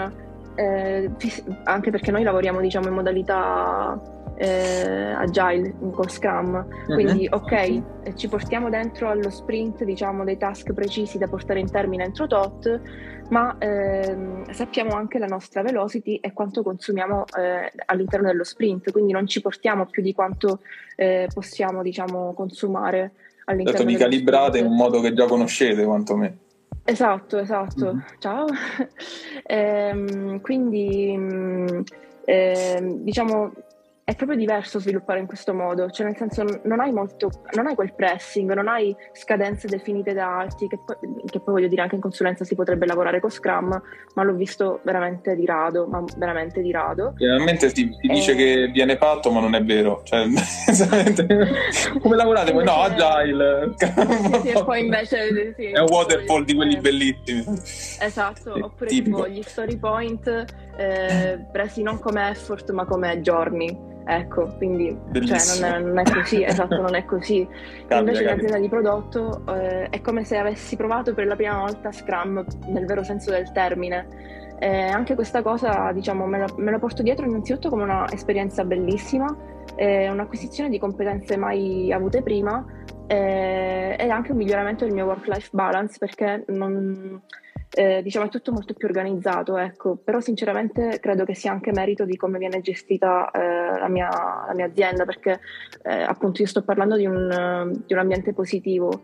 anche perché noi lavoriamo, diciamo, in modalità agile con Scrum, quindi ok, ci portiamo dentro allo sprint, diciamo, dei task precisi da portare in termine entro tot, ma sappiamo anche la nostra velocity e quanto consumiamo all'interno dello sprint, quindi non ci portiamo più di quanto possiamo, diciamo, consumare all'interno vi calibrate in un modo che già conoscete, quantomeno. Esatto. Ciao. Quindi diciamo è proprio diverso sviluppare in questo modo, cioè nel senso non hai quel pressing, non hai scadenze definite da altri, che poi voglio dire, anche in consulenza si potrebbe lavorare con Scrum, ma l'ho visto veramente di rado. Generalmente si dice che viene fatto, ma non è vero, cioè come lavorate voi? No, agile. Sì, e poi invece sì, è un waterfall di quelli bellissimi. Esatto, sì, oppure tipico. tipo gli story point presi non come effort ma come giorni. Ecco, quindi cioè, non è così, esatto, non è così. Invece in azienda di prodotto è come se avessi provato per la prima volta Scrum nel vero senso del termine. Anche questa cosa, diciamo, me la porto dietro innanzitutto come una esperienza bellissima, un'acquisizione di competenze mai avute prima, e anche un miglioramento del mio work-life balance, perché diciamo è tutto molto più organizzato, ecco. Però sinceramente credo che sia anche merito di come viene gestita la mia azienda, perché appunto io sto parlando di un ambiente positivo.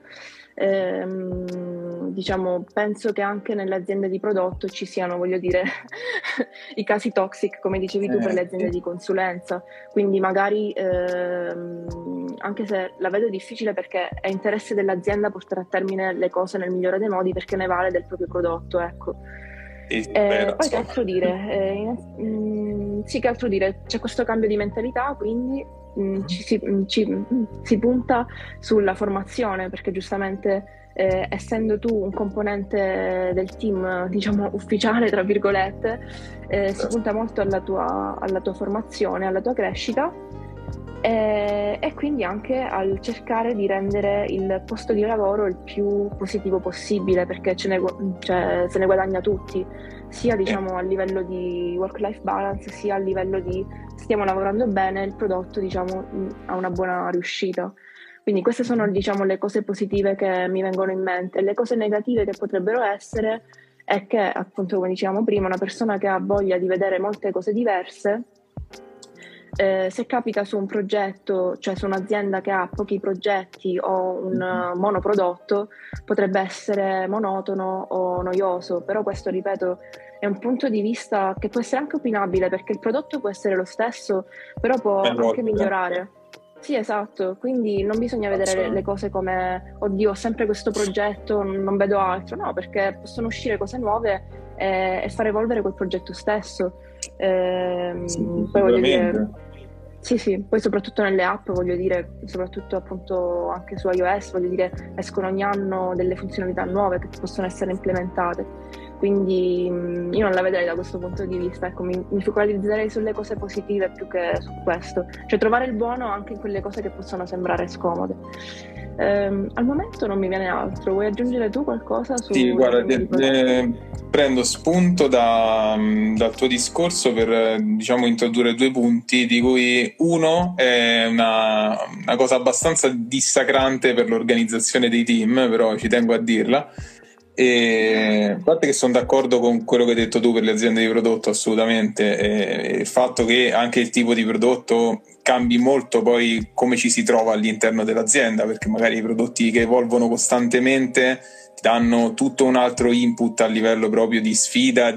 Diciamo, penso che anche nelle aziende di prodotto ci siano, voglio dire, i casi toxic, come dicevi tu, per le aziende di consulenza, quindi magari anche se la vedo difficile, perché è interesse dell'azienda portare a termine le cose nel migliore dei modi, perché ne vale del proprio prodotto, ecco. Poi che altro dire? Sì, che altro dire? C'è questo cambio di mentalità, quindi si punta sulla formazione, perché giustamente essendo tu un componente del team, diciamo, ufficiale, tra virgolette, si punta molto alla tua formazione, alla tua crescita, e quindi anche al cercare di rendere il posto di lavoro il più positivo possibile, perché se ne guadagna tutti, sia, diciamo, a livello di work-life balance, sia a livello di stiamo lavorando bene, il prodotto, diciamo, ha una buona riuscita. Quindi queste sono, diciamo, le cose positive che mi vengono in mente. Le cose negative che potrebbero essere è che, appunto, come dicevamo prima, una persona che ha voglia di vedere molte cose diverse, se capita su un progetto, cioè su un'azienda che ha pochi progetti o un monoprodotto, potrebbe essere monotono o noioso. Però questo, ripeto, è un punto di vista che può essere anche opinabile, perché il prodotto può essere lo stesso, però può anche migliorare. Sì, esatto, quindi non bisogna vedere le cose come oddio, ho sempre questo progetto, non vedo altro, no, perché possono uscire cose nuove e far evolvere quel progetto stesso. Poi voglio dire, sì, poi soprattutto nelle app, voglio dire, soprattutto appunto anche su iOS, voglio dire, escono ogni anno delle funzionalità nuove che possono essere implementate. quindi io non la vedrei da questo punto di vista, ecco, mi focalizzerei sulle cose positive più che su questo, cioè trovare il buono anche in quelle cose che possono sembrare scomode. Al momento non mi viene altro, vuoi aggiungere tu qualcosa su... Sì, guarda, prendo spunto dal tuo discorso per, diciamo, introdurre due punti, di cui uno è una cosa abbastanza dissacrante per l'organizzazione dei team, però ci tengo a dirla. E a parte che sono d'accordo con quello che hai detto tu per le aziende di prodotto, assolutamente, e il fatto che anche il tipo di prodotto cambi molto poi come ci si trova all'interno dell'azienda, perché magari i prodotti che evolvono costantemente ti danno tutto un altro input a livello proprio di sfida,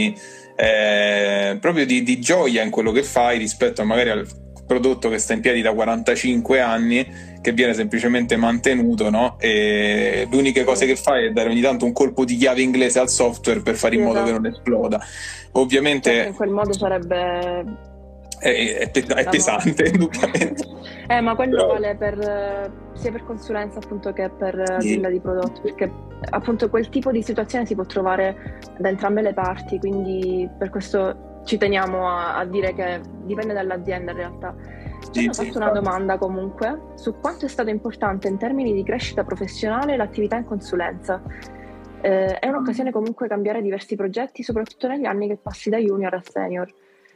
proprio di gioia in quello che fai rispetto a magari al prodotto che sta in piedi da 45 anni, che viene semplicemente mantenuto, no? E l'unica cosa che fai è dare ogni tanto un colpo di chiave inglese al software per fare in modo che non esploda. Ovviamente in quel modo sarebbe è pesante, indubbiamente. Ma quello vale sia per consulenza appunto che per azienda di prodotto, perché appunto quel tipo di situazione si può trovare da entrambe le parti, quindi per questo ci teniamo a dire che dipende dall'azienda in realtà. Ci ho fatto una domanda comunque su quanto è stato importante in termini di crescita professionale l'attività in consulenza. È un'occasione comunque cambiare diversi progetti, soprattutto negli anni che passi da junior a senior.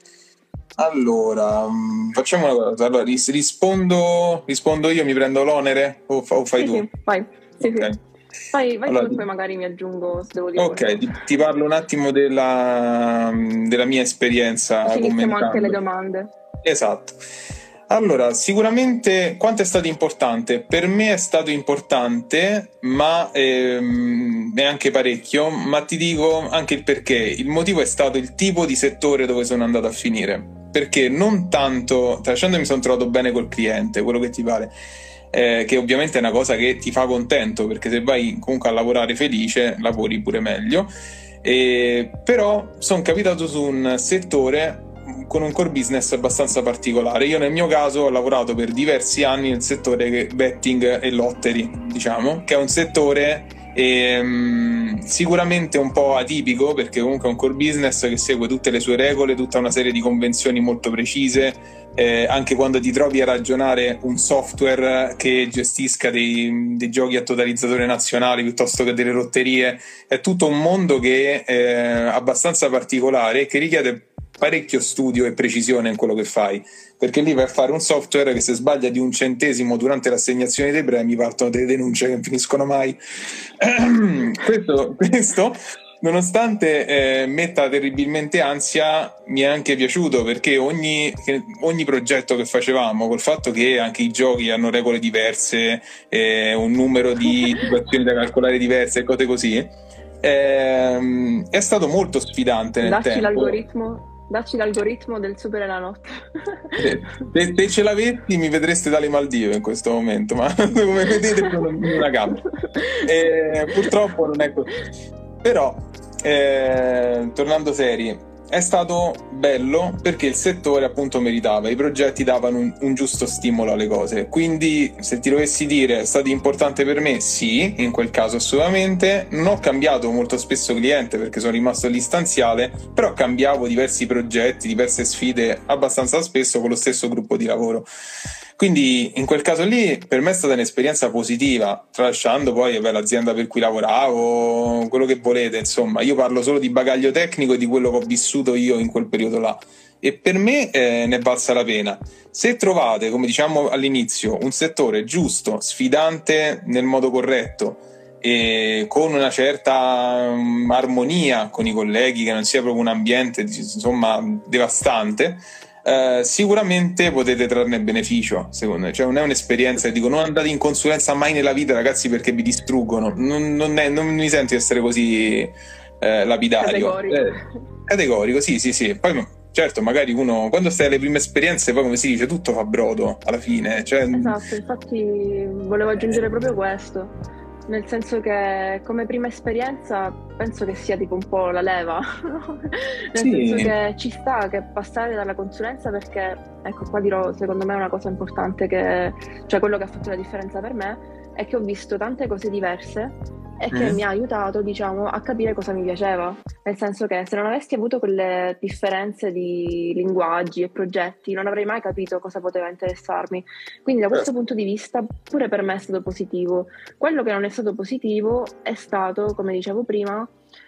Allora, facciamo una cosa. Allora, rispondo io, mi prendo l'onere o fai tu? Sì, vai. Okay. Vai allora, poi magari mi aggiungo se devo dire. Ok, ti parlo un attimo della mia esperienza. Così iniziamo anche le domande. Esatto. Allora, sicuramente quanto è stato importante? Per me è stato importante, ma neanche parecchio, ma ti dico anche il perché. Il motivo è stato il tipo di settore dove sono andato a finire. Perché non tanto, tralasciando mi sono trovato bene col cliente, quello che ti pare, che ovviamente è una cosa che ti fa contento, perché se vai comunque a lavorare felice, lavori pure meglio. Però sono capitato su un settore con un core business abbastanza particolare. Io nel mio caso ho lavorato per diversi anni nel settore betting e lottery, diciamo, che è un settore sicuramente un po' atipico, perché comunque è un core business che segue tutte le sue regole, tutta una serie di convenzioni molto precise. Anche quando ti trovi a ragionare un software che gestisca dei giochi a totalizzatore nazionale piuttosto che delle lotterie, è tutto un mondo che è abbastanza particolare e che richiede parecchio studio e precisione in quello che fai, perché lì vai a fare un software che se sbaglia di un centesimo durante l'assegnazione dei premi partono delle denunce che non finiscono mai. Questo nonostante metta terribilmente ansia, mi è anche piaciuto, perché ogni progetto che facevamo, col fatto che anche i giochi hanno regole diverse, un numero di situazioni da calcolare diverse e cose così, è stato molto sfidante nel tempo. Dacci l'algoritmo del Super Enalotto. Se ce l'avessi mi vedreste dalle Maldive in questo momento, ma come vedete sono in una gamba. Purtroppo non è così. Però, tornando seri, è stato bello perché il settore appunto meritava, i progetti davano un giusto stimolo alle cose. Quindi se ti dovessi dire è stato importante per me, sì, in quel caso assolutamente. Non ho cambiato molto spesso cliente perché sono rimasto all'istanziale, però cambiavo diversi progetti, diverse sfide abbastanza spesso con lo stesso gruppo di lavoro. Quindi in quel caso lì per me è stata un'esperienza positiva, tralasciando poi l'azienda per cui lavoravo, quello che volete, insomma. Io parlo solo di bagaglio tecnico e di quello che ho vissuto io in quel periodo là, e per me ne è valsa la pena. Se trovate, come diciamo all'inizio, un settore giusto, sfidante nel modo corretto e con una certa armonia con i colleghi, che non sia proprio un ambiente insomma devastante, sicuramente potete trarne beneficio, secondo me. Cioè non è un'esperienza, dico, non andate in consulenza mai nella vita, ragazzi, perché vi distruggono. Non mi sento di essere così lapidario, categorico, sì. Poi certo, magari uno quando stai alle prime esperienze, poi come si dice, tutto fa brodo alla fine, cioè... Esatto, infatti volevo aggiungere proprio questo, nel senso che come prima esperienza penso che sia tipo un po' la leva, no? Nel senso che ci sta che passare dalla consulenza, perché ecco qua dirò, secondo me è una cosa importante, cioè quello che ha fatto la differenza per me è che ho visto tante cose diverse e che mi ha aiutato, diciamo, a capire cosa mi piaceva. Nel senso che se non avessi avuto quelle differenze di linguaggi e progetti, non avrei mai capito cosa poteva interessarmi. Quindi da questo punto di vista pure per me è stato positivo. Quello che non è stato positivo è stato, come dicevo prima,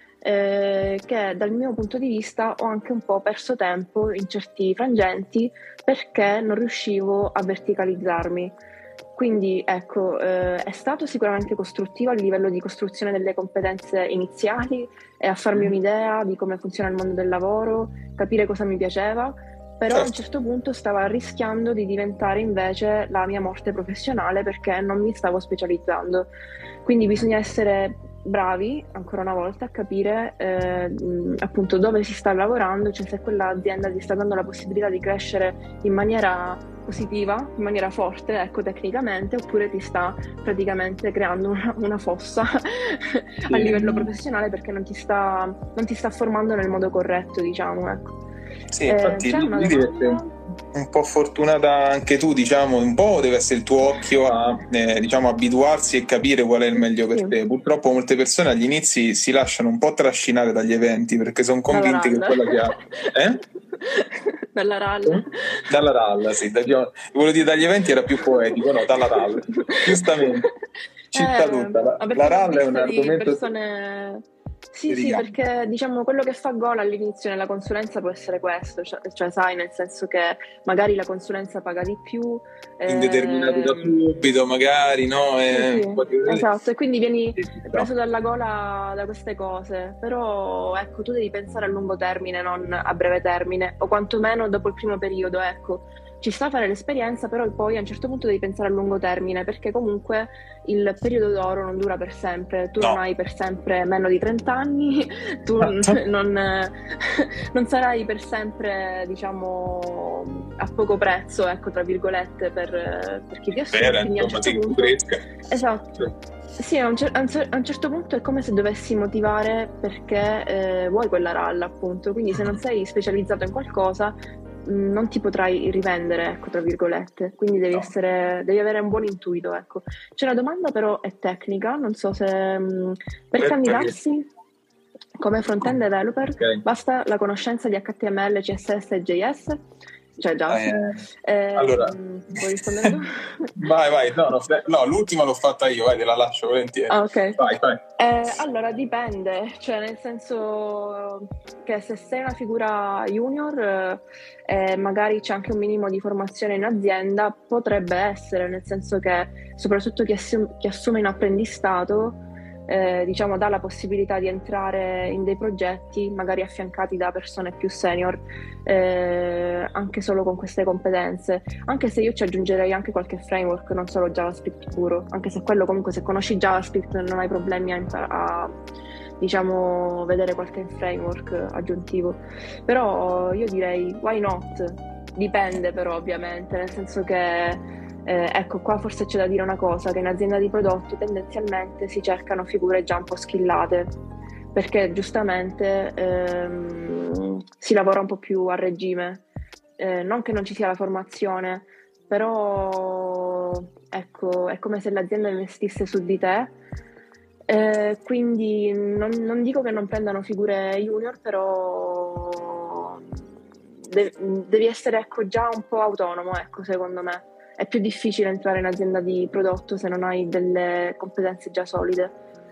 che dal mio punto di vista ho anche un po' perso tempo in certi frangenti perché non riuscivo a verticalizzarmi. Quindi ecco, è stato sicuramente costruttivo a livello di costruzione delle competenze iniziali e a farmi un'idea di come funziona il mondo del lavoro, capire cosa mi piaceva, però a un certo punto stava rischiando di diventare invece la mia morte professionale perché non mi stavo specializzando. Quindi bisogna essere bravi, ancora una volta, a capire appunto dove si sta lavorando, cioè se quell'azienda ti sta dando la possibilità di crescere in maniera positiva, in maniera forte, ecco, tecnicamente, oppure ti sta praticamente creando una fossa a livello professionale perché non ti sta formando nel modo corretto, diciamo, ecco. Sì, infatti devi essere un po' fortunata anche tu, diciamo, un po' deve essere il tuo occhio a diciamo, abituarsi e capire qual è il meglio per te. Purtroppo molte persone agli inizi si lasciano un po' trascinare dagli eventi perché sono convinti che quella che dalla RAL. Dalla RAL, sì, volevo dire dagli eventi era più poetico, no, dalla RAL, giustamente, città tutta, la RAL è un argomento... Sì, perché diciamo quello che fa gola all'inizio nella consulenza può essere questo, cioè sai, nel senso che magari la consulenza paga di più, indeterminato da subito magari, no? Esatto, e quindi vieni preso dalla gola da queste cose, però ecco, tu devi pensare a lungo termine, non a breve termine, o quantomeno dopo il primo periodo, ecco. Ci sta a fare l'esperienza, però poi a un certo punto devi pensare a lungo termine, perché comunque il periodo d'oro non dura per sempre, tu non hai per sempre meno di 30 anni, tu non sarai per sempre, diciamo, a poco prezzo, ecco, tra virgolette, per chi ti assume, quindi a un certo punto... Esatto. Sì, a un certo punto è come se dovessi motivare perché vuoi quella RAL, appunto, quindi se non sei specializzato in qualcosa non ti potrai rivendere, ecco, tra virgolette, quindi devi avere un buon intuito, ecco. C'è una domanda però è tecnica, non so se per candidarsi come front-end developer basta la conoscenza di HTML, CSS e JS? Cioè già allora vuoi rispondere tu? vai, no, l'ultima l'ho fatta io, vai, te la lascio volentieri. Ok. Vai. Allora dipende, cioè nel senso che se sei una figura junior magari c'è anche un minimo di formazione in azienda, potrebbe essere, nel senso che soprattutto chi assume in apprendistato diciamo dà la possibilità di entrare in dei progetti magari affiancati da persone più senior anche solo con queste competenze, anche se io ci aggiungerei anche qualche framework, non solo JavaScript puro, anche se quello comunque, se conosci JavaScript non hai problemi a diciamo vedere qualche framework aggiuntivo, però io direi why not, dipende però ovviamente, nel senso che ecco, qua forse c'è da dire una cosa, che in azienda di prodotto tendenzialmente si cercano figure già un po' skillate, perché giustamente si lavora un po' più a regime, non che non ci sia la formazione, però ecco, è come se l'azienda investisse su di te, quindi non dico che non prendano figure junior, però devi essere, ecco, già un po' autonomo, ecco, secondo me. È più difficile entrare in azienda di prodotto se non hai delle competenze già solide.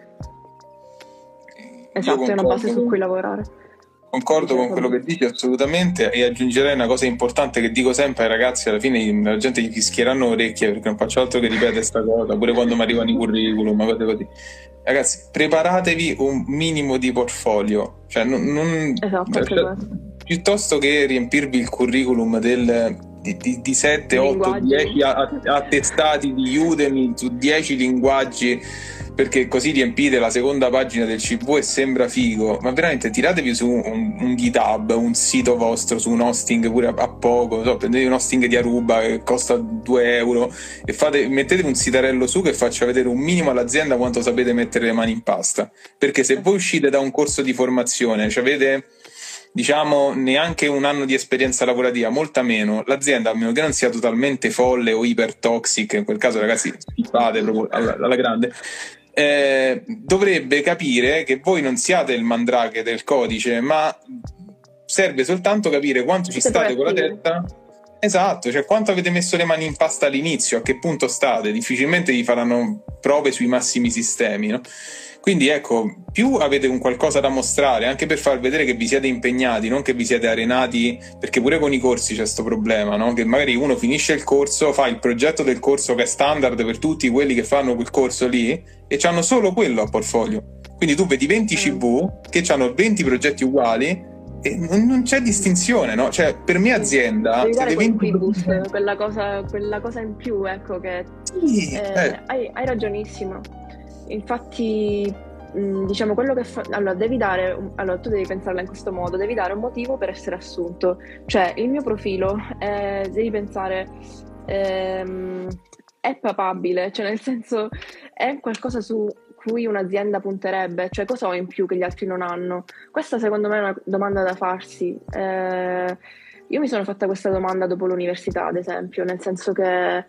Esatto, è una base su cui lavorare. Concordo con quello che dici assolutamente, e aggiungerei una cosa importante che dico sempre ai ragazzi: alla fine la gente gli fischieranno le orecchie perché non faccio altro che ripetere questa cosa, pure quando mi arrivano i curriculum, cose così. Ragazzi, preparatevi un minimo di portfolio, cioè piuttosto che riempirvi il curriculum di 7, 8, 10 attestati di Udemy su 10 linguaggi, perché così riempite la seconda pagina del CV e sembra figo, ma veramente tiratevi su un GitHub, un sito vostro, su un hosting pure a poco, prendete un hosting di Aruba che costa 2 euro e mettetevi un sitarello su che faccia vedere un minimo all'azienda quanto sapete mettere le mani in pasta, perché se voi uscite da un corso di formazione, cioè avete, diciamo, neanche un anno di esperienza lavorativa, molta meno, l'azienda, a meno che non sia totalmente folle o iper toxic, in quel caso ragazzi fate proprio alla grande, dovrebbe capire che voi non siate il Mandrake del codice, ma serve soltanto capire quanto ci state con la testa. Esatto, cioè quanto avete messo le mani in pasta all'inizio, a che punto state. Difficilmente vi faranno prove sui massimi sistemi, no? Quindi ecco, più avete un qualcosa da mostrare, anche per far vedere che vi siete impegnati, non che vi siete arenati, perché pure con i corsi c'è questo problema, no? Che magari uno finisce il corso, fa il progetto del corso che è standard per tutti quelli che fanno quel corso lì e hanno solo quello a portfolio. Quindi tu vedi 20 CV che hanno 20 progetti uguali e non c'è distinzione, no? Cioè, per mia azienda devi dare quel quibus, quella cosa in più, ecco, che sì, hai ragionissimo. Infatti, diciamo, quello che allora devi dare, allora tu devi pensarla in questo modo, devi dare un motivo per essere assunto. Cioè, il mio profilo devi pensare è papabile, cioè nel senso è qualcosa su cui un'azienda punterebbe, cioè cosa ho in più che gli altri non hanno? Questa secondo me è una domanda da farsi. Io mi sono fatta questa domanda dopo l'università, ad esempio, nel senso che,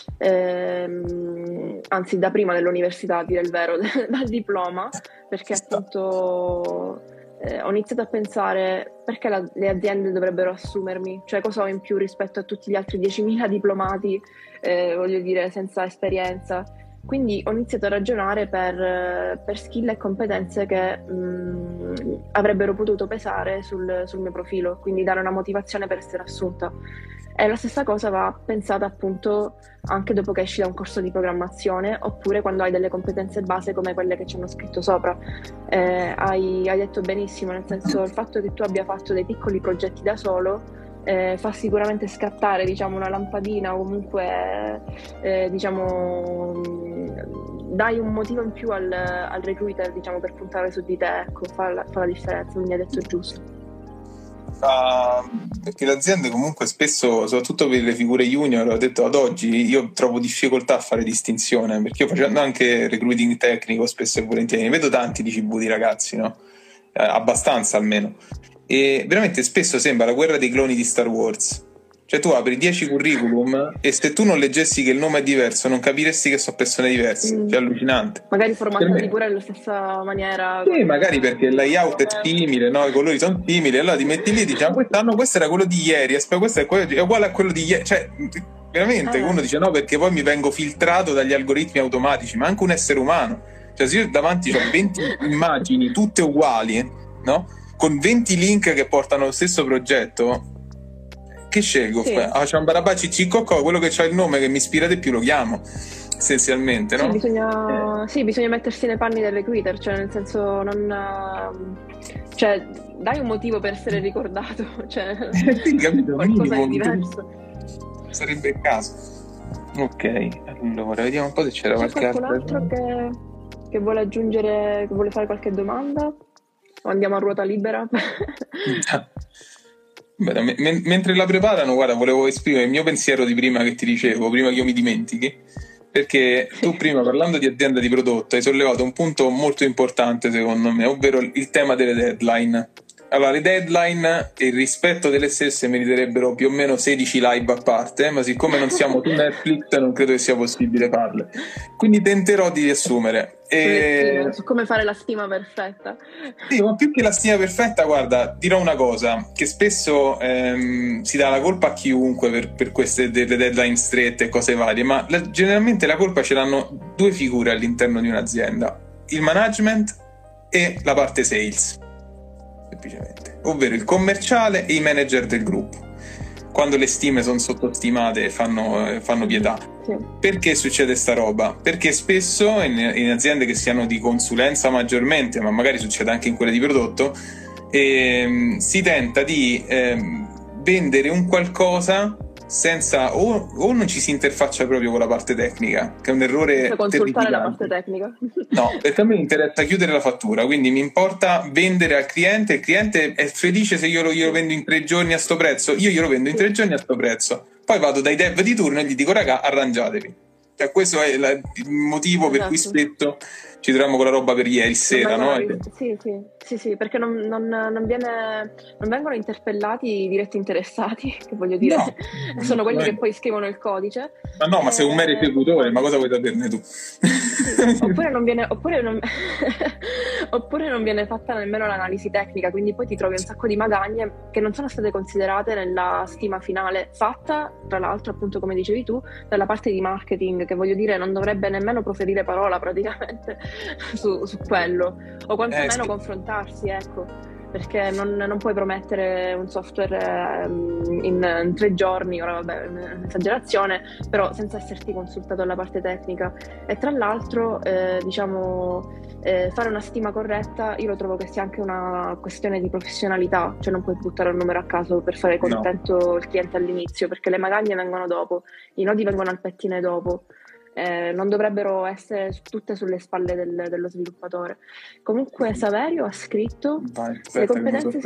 anzi da prima dell'università, a dire il vero, dal diploma, perché appunto ho iniziato a pensare perché le aziende dovrebbero assumermi, cioè cosa ho in più rispetto a tutti gli altri 10.000 diplomati, voglio dire, senza esperienza. Quindi ho iniziato a ragionare per skill e competenze che avrebbero potuto pesare sul mio profilo, quindi dare una motivazione per essere assunta. E la stessa cosa va pensata appunto anche dopo che esci da un corso di programmazione, oppure quando hai delle competenze base come quelle che ci hanno scritto sopra. Hai detto benissimo, nel senso il fatto che tu abbia fatto dei piccoli progetti da solo fa sicuramente scattare, diciamo, una lampadina, o comunque diciamo dai un motivo in più al recruiter, diciamo, per puntare su di te, ecco, fa la differenza, quindi hai detto giusto. Perché le aziende comunque spesso, soprattutto per le figure junior, ho detto ad oggi io trovo difficoltà a fare distinzione, perché io facendo anche recruiting tecnico spesso e volentieri ne vedo tanti di CV di ragazzi, no? Abbastanza almeno. E veramente spesso sembra la guerra dei cloni di Star Wars. Cioè tu apri 10 curriculum e se tu non leggessi che il nome è diverso non capiresti che sono persone diverse. Cioè allucinante. Magari formatati pure alla stessa maniera. Sì, magari perché il layout è simile, no? I colori sono simili, allora ti metti lì e dici quest'anno questo era quello di ieri, aspetta, questo è uguale a quello di ieri. Cioè veramente uno dice no, perché poi mi vengo filtrato dagli algoritmi automatici, ma anche un essere umano. Cioè se io davanti ho 20 immagini tutte uguali, no? Con 20 link che portano allo stesso progetto, che scelgo? Sì. C'è un Barabaci Ciccocco, quello che c'ha il nome che mi ispira di più lo chiamo, essenzialmente, no? Sì, bisogna mettersi nei panni del recruiter, cioè nel senso cioè dai un motivo per essere ricordato, cioè sì, capito, qualcosa di diverso. Sarebbe il caso. Ok, allora vediamo un po' se c'era qualche altro che vuole aggiungere, che vuole fare qualche domanda? O andiamo a ruota libera? Beh, mentre la preparano, guarda, volevo esprimere il mio pensiero di prima che ti dicevo, prima che io mi dimentichi, perché tu prima, parlando di azienda di prodotto, hai sollevato un punto molto importante secondo me, ovvero il tema delle deadline. Allora, le deadline e il rispetto delle stesse meriterebbero più o meno 16 live a parte, ma siccome non siamo su Netflix non credo che sia possibile farle. Quindi tenterò di riassumere. Su come fare la stima perfetta. Sì, ma più che la stima perfetta, guarda, dirò una cosa, che spesso si dà la colpa a chiunque per queste delle deadline strette e cose varie, ma generalmente la colpa ce l'hanno due figure all'interno di un'azienda, il management e la parte sales. Semplicemente, ovvero il commerciale e i manager del gruppo. Quando le stime sono sottostimate fanno pietà. Sì. Perché succede sta roba? Perché spesso in aziende che siano di consulenza maggiormente, ma magari succede anche in quelle di prodotto, si tenta di vendere un qualcosa senza o non ci si interfaccia proprio con la parte tecnica, che è un errore consultare la parte tecnica. No, perché a me interessa chiudere la fattura, quindi mi importa vendere al cliente, il cliente è felice se io lo vendo in 3 giorni a sto prezzo, io glielo vendo in 3 giorni a sto prezzo, poi vado dai dev di turno e gli dico raga, arrangiatevi. Cioè questo è il motivo per cui spesso ci troviamo con la roba per ieri sera, no? Sì, perché non vengono interpellati i diretti interessati, che voglio dire, no, sono quelli che poi scrivono il codice. Ma no, ma sei un mero esecutore, ma cosa vuoi saperne tu? Sì, oppure non viene fatta nemmeno l'analisi tecnica, quindi poi ti trovi un sacco di magagne che non sono state considerate nella stima finale, fatta tra l'altro, appunto, come dicevi tu, dalla parte di marketing, che voglio dire non dovrebbe nemmeno proferire parola praticamente su quello, o quantomeno confrontarsi, ecco, perché non puoi promettere un software in 3 giorni, ora vabbè è un'esagerazione, però senza esserti consultato alla parte tecnica. E tra l'altro fare una stima corretta io lo trovo che sia anche una questione di professionalità, cioè non puoi buttare un numero a caso per fare contento il cliente all'inizio, perché le magagne vengono dopo, i nodi vengono al pettine dopo. Non dovrebbero essere tutte sulle spalle dello sviluppatore. Comunque Saverio ha scritto: le competenze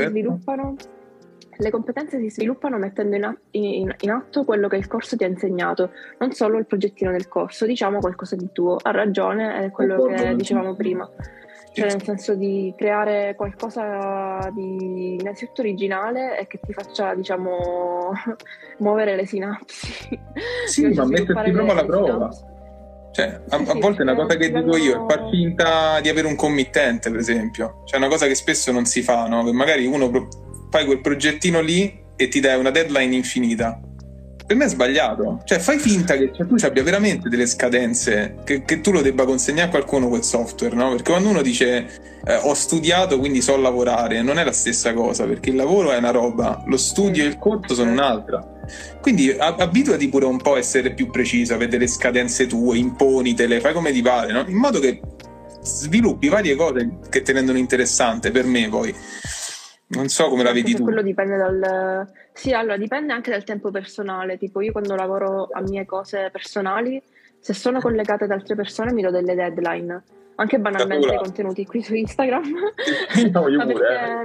si sviluppano mettendo in atto quello che il corso ti ha insegnato, non solo il progettino del corso, diciamo qualcosa di tuo. Ha ragione, è quello che dicevamo prima, cioè nel senso di creare qualcosa di innanzitutto originale e che ti faccia, diciamo, muovere le sinapsi. Sì, ma metterti proprio alla prova. Cioè, a volte una cosa che dico io è far finta di avere un committente, per esempio. Cioè, una cosa che spesso non si fa, no? Che magari uno fai quel progettino lì e ti dai una deadline infinita. Per me è sbagliato. Cioè, fai finta che tu abbia veramente delle scadenze, che tu lo debba consegnare a qualcuno quel software, no? Perché quando uno dice ho studiato quindi so lavorare, non è la stessa cosa, perché il lavoro è una roba, lo studio e il corso sono un'altra. Quindi abituati pure un po' a essere più preciso, a vedere le scadenze tue, imponitele, fai come ti pare, no? In modo che sviluppi varie cose che ti rendono interessante. Per me poi non so come la vedi tu. Quello dipende allora dipende anche dal tempo personale. Tipo io quando lavoro a mie cose personali, se sono collegate ad altre persone mi do delle deadline, anche banalmente i contenuti qui su Instagram. No, io pure,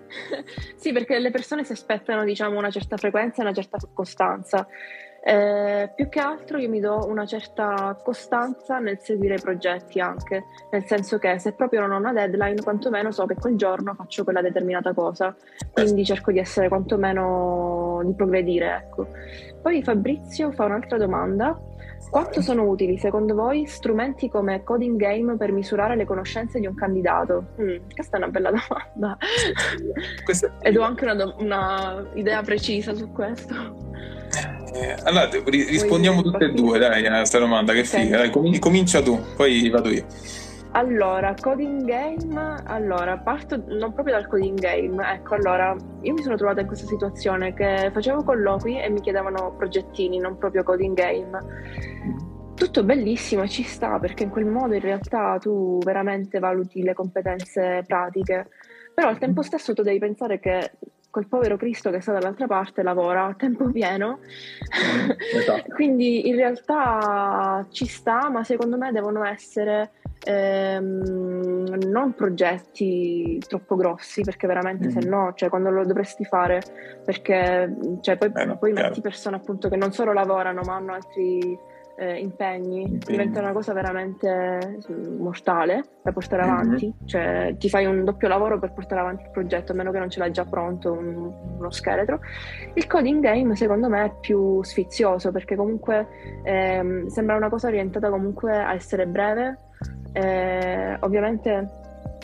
Sì, perché le persone si aspettano, diciamo, una certa frequenza e una certa costanza. Più che altro io mi do una certa costanza nel seguire i progetti, anche nel senso che se proprio non ho una deadline, quantomeno so che quel giorno faccio quella determinata cosa, quindi cerco di essere quantomeno di progredire, ecco. Poi Fabrizio fa un'altra domanda: quanto sono utili secondo voi strumenti come Coding Game per misurare le conoscenze di un candidato? Questa è una bella domanda. Ed ho anche una idea precisa su questo. Allora rispondiamo tutte e due, dai, a questa domanda, che figa. Dai, comincia tu, poi vado io. Allora, Coding Game, parto non proprio dal Coding Game. Ecco, allora, io mi sono trovata in questa situazione che facevo colloqui e mi chiedevano progettini, non proprio Coding Game. Tutto bellissimo e ci sta, perché in quel modo in realtà tu veramente valuti le competenze pratiche, però al tempo stesso tu devi pensare che quel povero Cristo che sta dall'altra parte lavora a tempo pieno. Esatto. Quindi in realtà ci sta, ma secondo me devono essere non progetti troppo grossi, perché veramente se no, cioè quando lo dovresti fare, perché cioè, poi metti persone appunto che non solo lavorano ma hanno altri impegni, diventa una cosa veramente mortale da portare avanti, cioè ti fai un doppio lavoro per portare avanti il progetto, a meno che non ce l'hai già pronto uno scheletro. Il Coding Game secondo me è più sfizioso, perché comunque sembra una cosa orientata comunque a essere breve. Ovviamente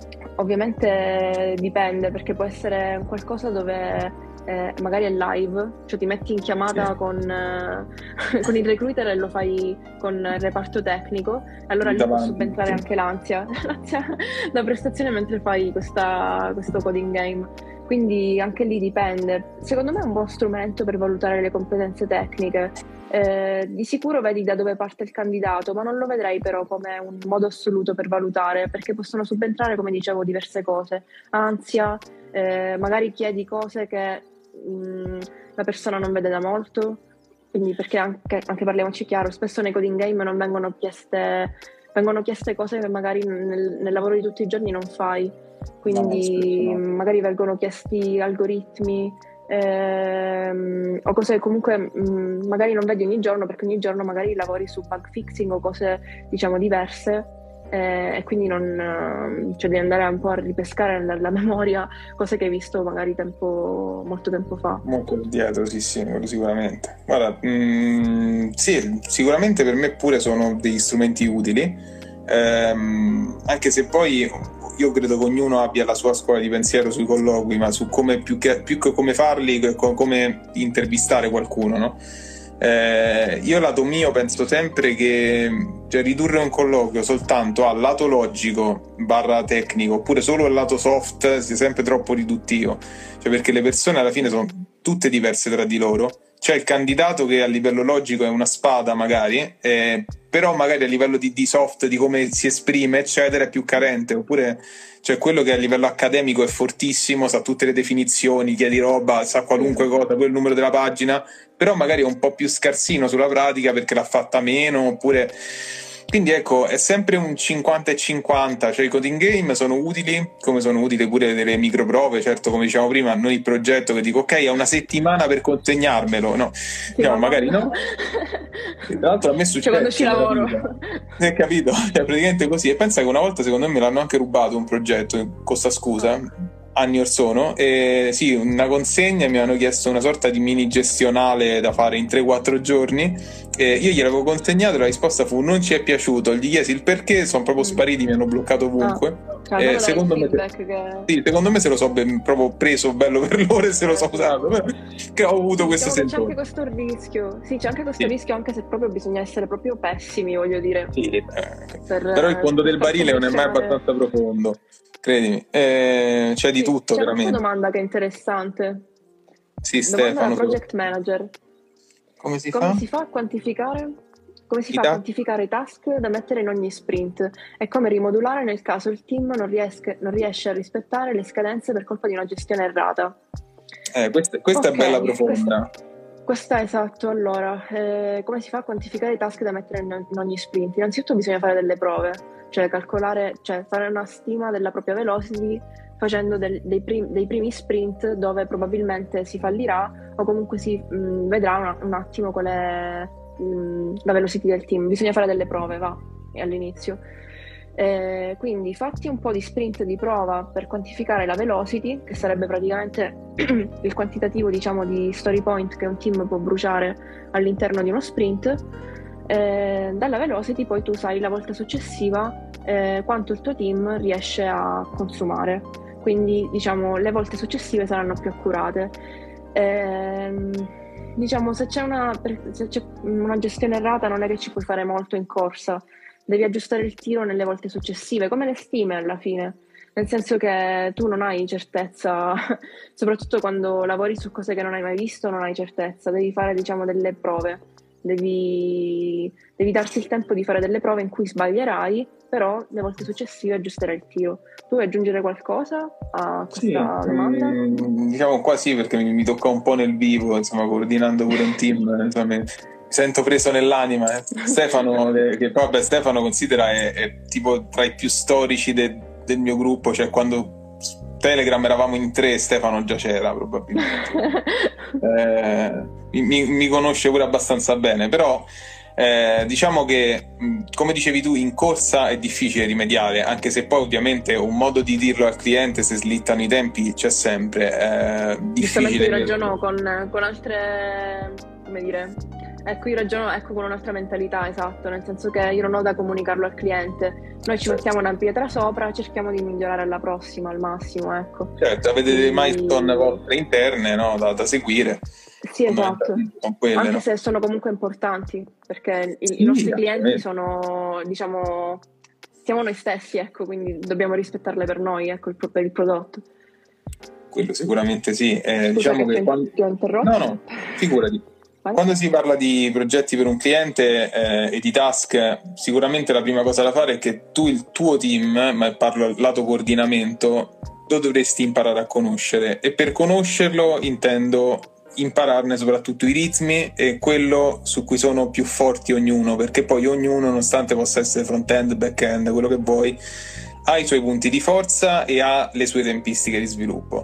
dipende, perché può essere qualcosa dove magari è live, cioè ti metti in chiamata con il recruiter e lo fai con il reparto tecnico, allora lì può subentrare anche l'ansia da prestazione mentre fai questo Coding Game. Quindi anche lì dipende. Secondo me è un buon strumento per valutare le competenze tecniche. Di sicuro vedi da dove parte il candidato, ma non lo vedrei però come un modo assoluto per valutare, perché possono subentrare, come dicevo, diverse cose. Ansia, magari chiedi cose che la persona non vede da molto, quindi perché anche parliamoci chiaro, spesso nei Coding Game non vengono chieste cose che magari nel lavoro di tutti i giorni non fai, quindi magari vengono chiesti algoritmi o cose che comunque magari non vedi ogni giorno, perché ogni giorno magari lavori su bug fixing o cose diciamo diverse, e quindi cioè devi andare un po' a ripescare nella memoria cose che hai visto magari molto tempo fa. Molto dietro, sì, quello sicuramente. Guarda, sì, sicuramente per me pure sono degli strumenti utili, anche se poi io credo che ognuno abbia la sua scuola di pensiero sui colloqui, ma su come più che come farli, come intervistare qualcuno, no? Io lato mio penso sempre che, cioè, ridurre un colloquio soltanto al lato logico / tecnico, oppure solo al lato soft, sia sempre troppo riduttivo, cioè, perché le persone alla fine sono tutte diverse tra di loro. C'è il candidato che a livello logico è una spada magari, però magari a livello di soft, di come si esprime eccetera, è più carente. Oppure c'è quello che a livello accademico è fortissimo, sa tutte le definizioni, chiedi roba, sa qualunque cosa, poi il numero della pagina, però magari è un po' più scarsino sulla pratica perché l'ha fatta meno, oppure... Quindi ecco, è sempre un 50 e 50, cioè i coding game sono utili, come sono utili pure delle microprove. Certo, come dicevamo prima, noi il progetto che dico ok, ho una settimana per consegnarmelo, no, magari no. Tra l'altro a me succede, cioè, quando ci lavoro, capito? Cioè, praticamente così. E pensa che una volta secondo me me l'hanno anche rubato un progetto con sta scusa, anni or sono, e sì, una consegna, mi hanno chiesto una sorta di mini gestionale da fare in 3-4 giorni, e io gliel'avevo consegnato, la risposta fu non ci è piaciuto, gli chiesi il perché, sono proprio spariti, mi hanno bloccato ovunque. Secondo me se lo so proprio preso bello per loro e se lo so usato, che ho avuto questo senso. C'è anche questo rischio, c'è anche questo rischio, anche se proprio bisogna essere proprio pessimi, voglio dire. Però il fondo del barile non è mai abbastanza profondo, credimi, c'è di tutto, c'è veramente. C'è una domanda che è interessante. Sì, Stefano. Project manager. Come si fa a quantificare? Come si fa a quantificare i task da mettere in ogni sprint e come rimodulare nel caso il team non riesce a rispettare le scadenze per colpa di una gestione errata? Questa è bella profonda. Questa è esatto. Allora, come si fa a quantificare i task da mettere in ogni sprint? Innanzitutto bisogna fare delle prove, cioè fare una stima della propria velocity facendo dei primi sprint dove probabilmente si fallirà o comunque si vedrà un attimo qual è la velocity del team. Bisogna fare delle prove, all'inizio. Quindi fatti un po' di sprint di prova per quantificare la velocity, che sarebbe praticamente il quantitativo, diciamo, di story point che un team può bruciare all'interno di uno sprint. Dalla velocity poi tu sai la volta successiva quanto il tuo team riesce a consumare, quindi diciamo le volte successive saranno più accurate. Diciamo se c'è una gestione errata non è che ci puoi fare molto in corsa, devi aggiustare il tiro nelle volte successive, come le stime alla fine, nel senso che tu non hai certezza, soprattutto quando lavori su cose che non hai mai visto, non hai certezza, devi fare, diciamo, delle prove. Devi darti il tempo di fare delle prove in cui sbaglierai, però le volte successive aggiusterai il tiro. Tu vuoi aggiungere qualcosa a questa domanda? Diciamo qua sì, perché mi tocca un po' nel vivo, insomma, coordinando pure un team, insomma, mi sento preso nell'anima. Stefano, che vabbè, Stefano considera è tipo tra i più storici del mio gruppo, cioè quando Telegram eravamo in 3, Stefano già c'era probabilmente. Mi conosce pure abbastanza bene, però diciamo che, come dicevi tu, in corsa è difficile rimediare, anche se poi ovviamente un modo di dirlo al cliente, se slittano i tempi, c'è sempre. Difficile. Io ragiono con altre, come dire, io ragiono con un'altra mentalità, esatto, nel senso che io non ho da comunicarlo al cliente, noi ci mettiamo una pietra sopra, cerchiamo di migliorare alla prossima al massimo, ecco. Certo, avete delle milestone vostre interne, no, da seguire. Sì, esatto, anche se sono comunque importanti, perché i nostri clienti sono, diciamo, siamo noi stessi, ecco, quindi dobbiamo rispettarle per noi, ecco, per il prodotto. Quello sicuramente sì. Scusa, diciamo che ti ho interrotto? No, figurati. Quando si parla di progetti per un cliente e di task, sicuramente la prima cosa da fare è che tu il tuo team, ma parlo lato coordinamento, lo dovresti imparare a conoscere, e per conoscerlo intendo impararne soprattutto i ritmi e quello su cui sono più forti ognuno, perché poi ognuno, nonostante possa essere front-end, back-end, quello che vuoi, ha i suoi punti di forza e ha le sue tempistiche di sviluppo.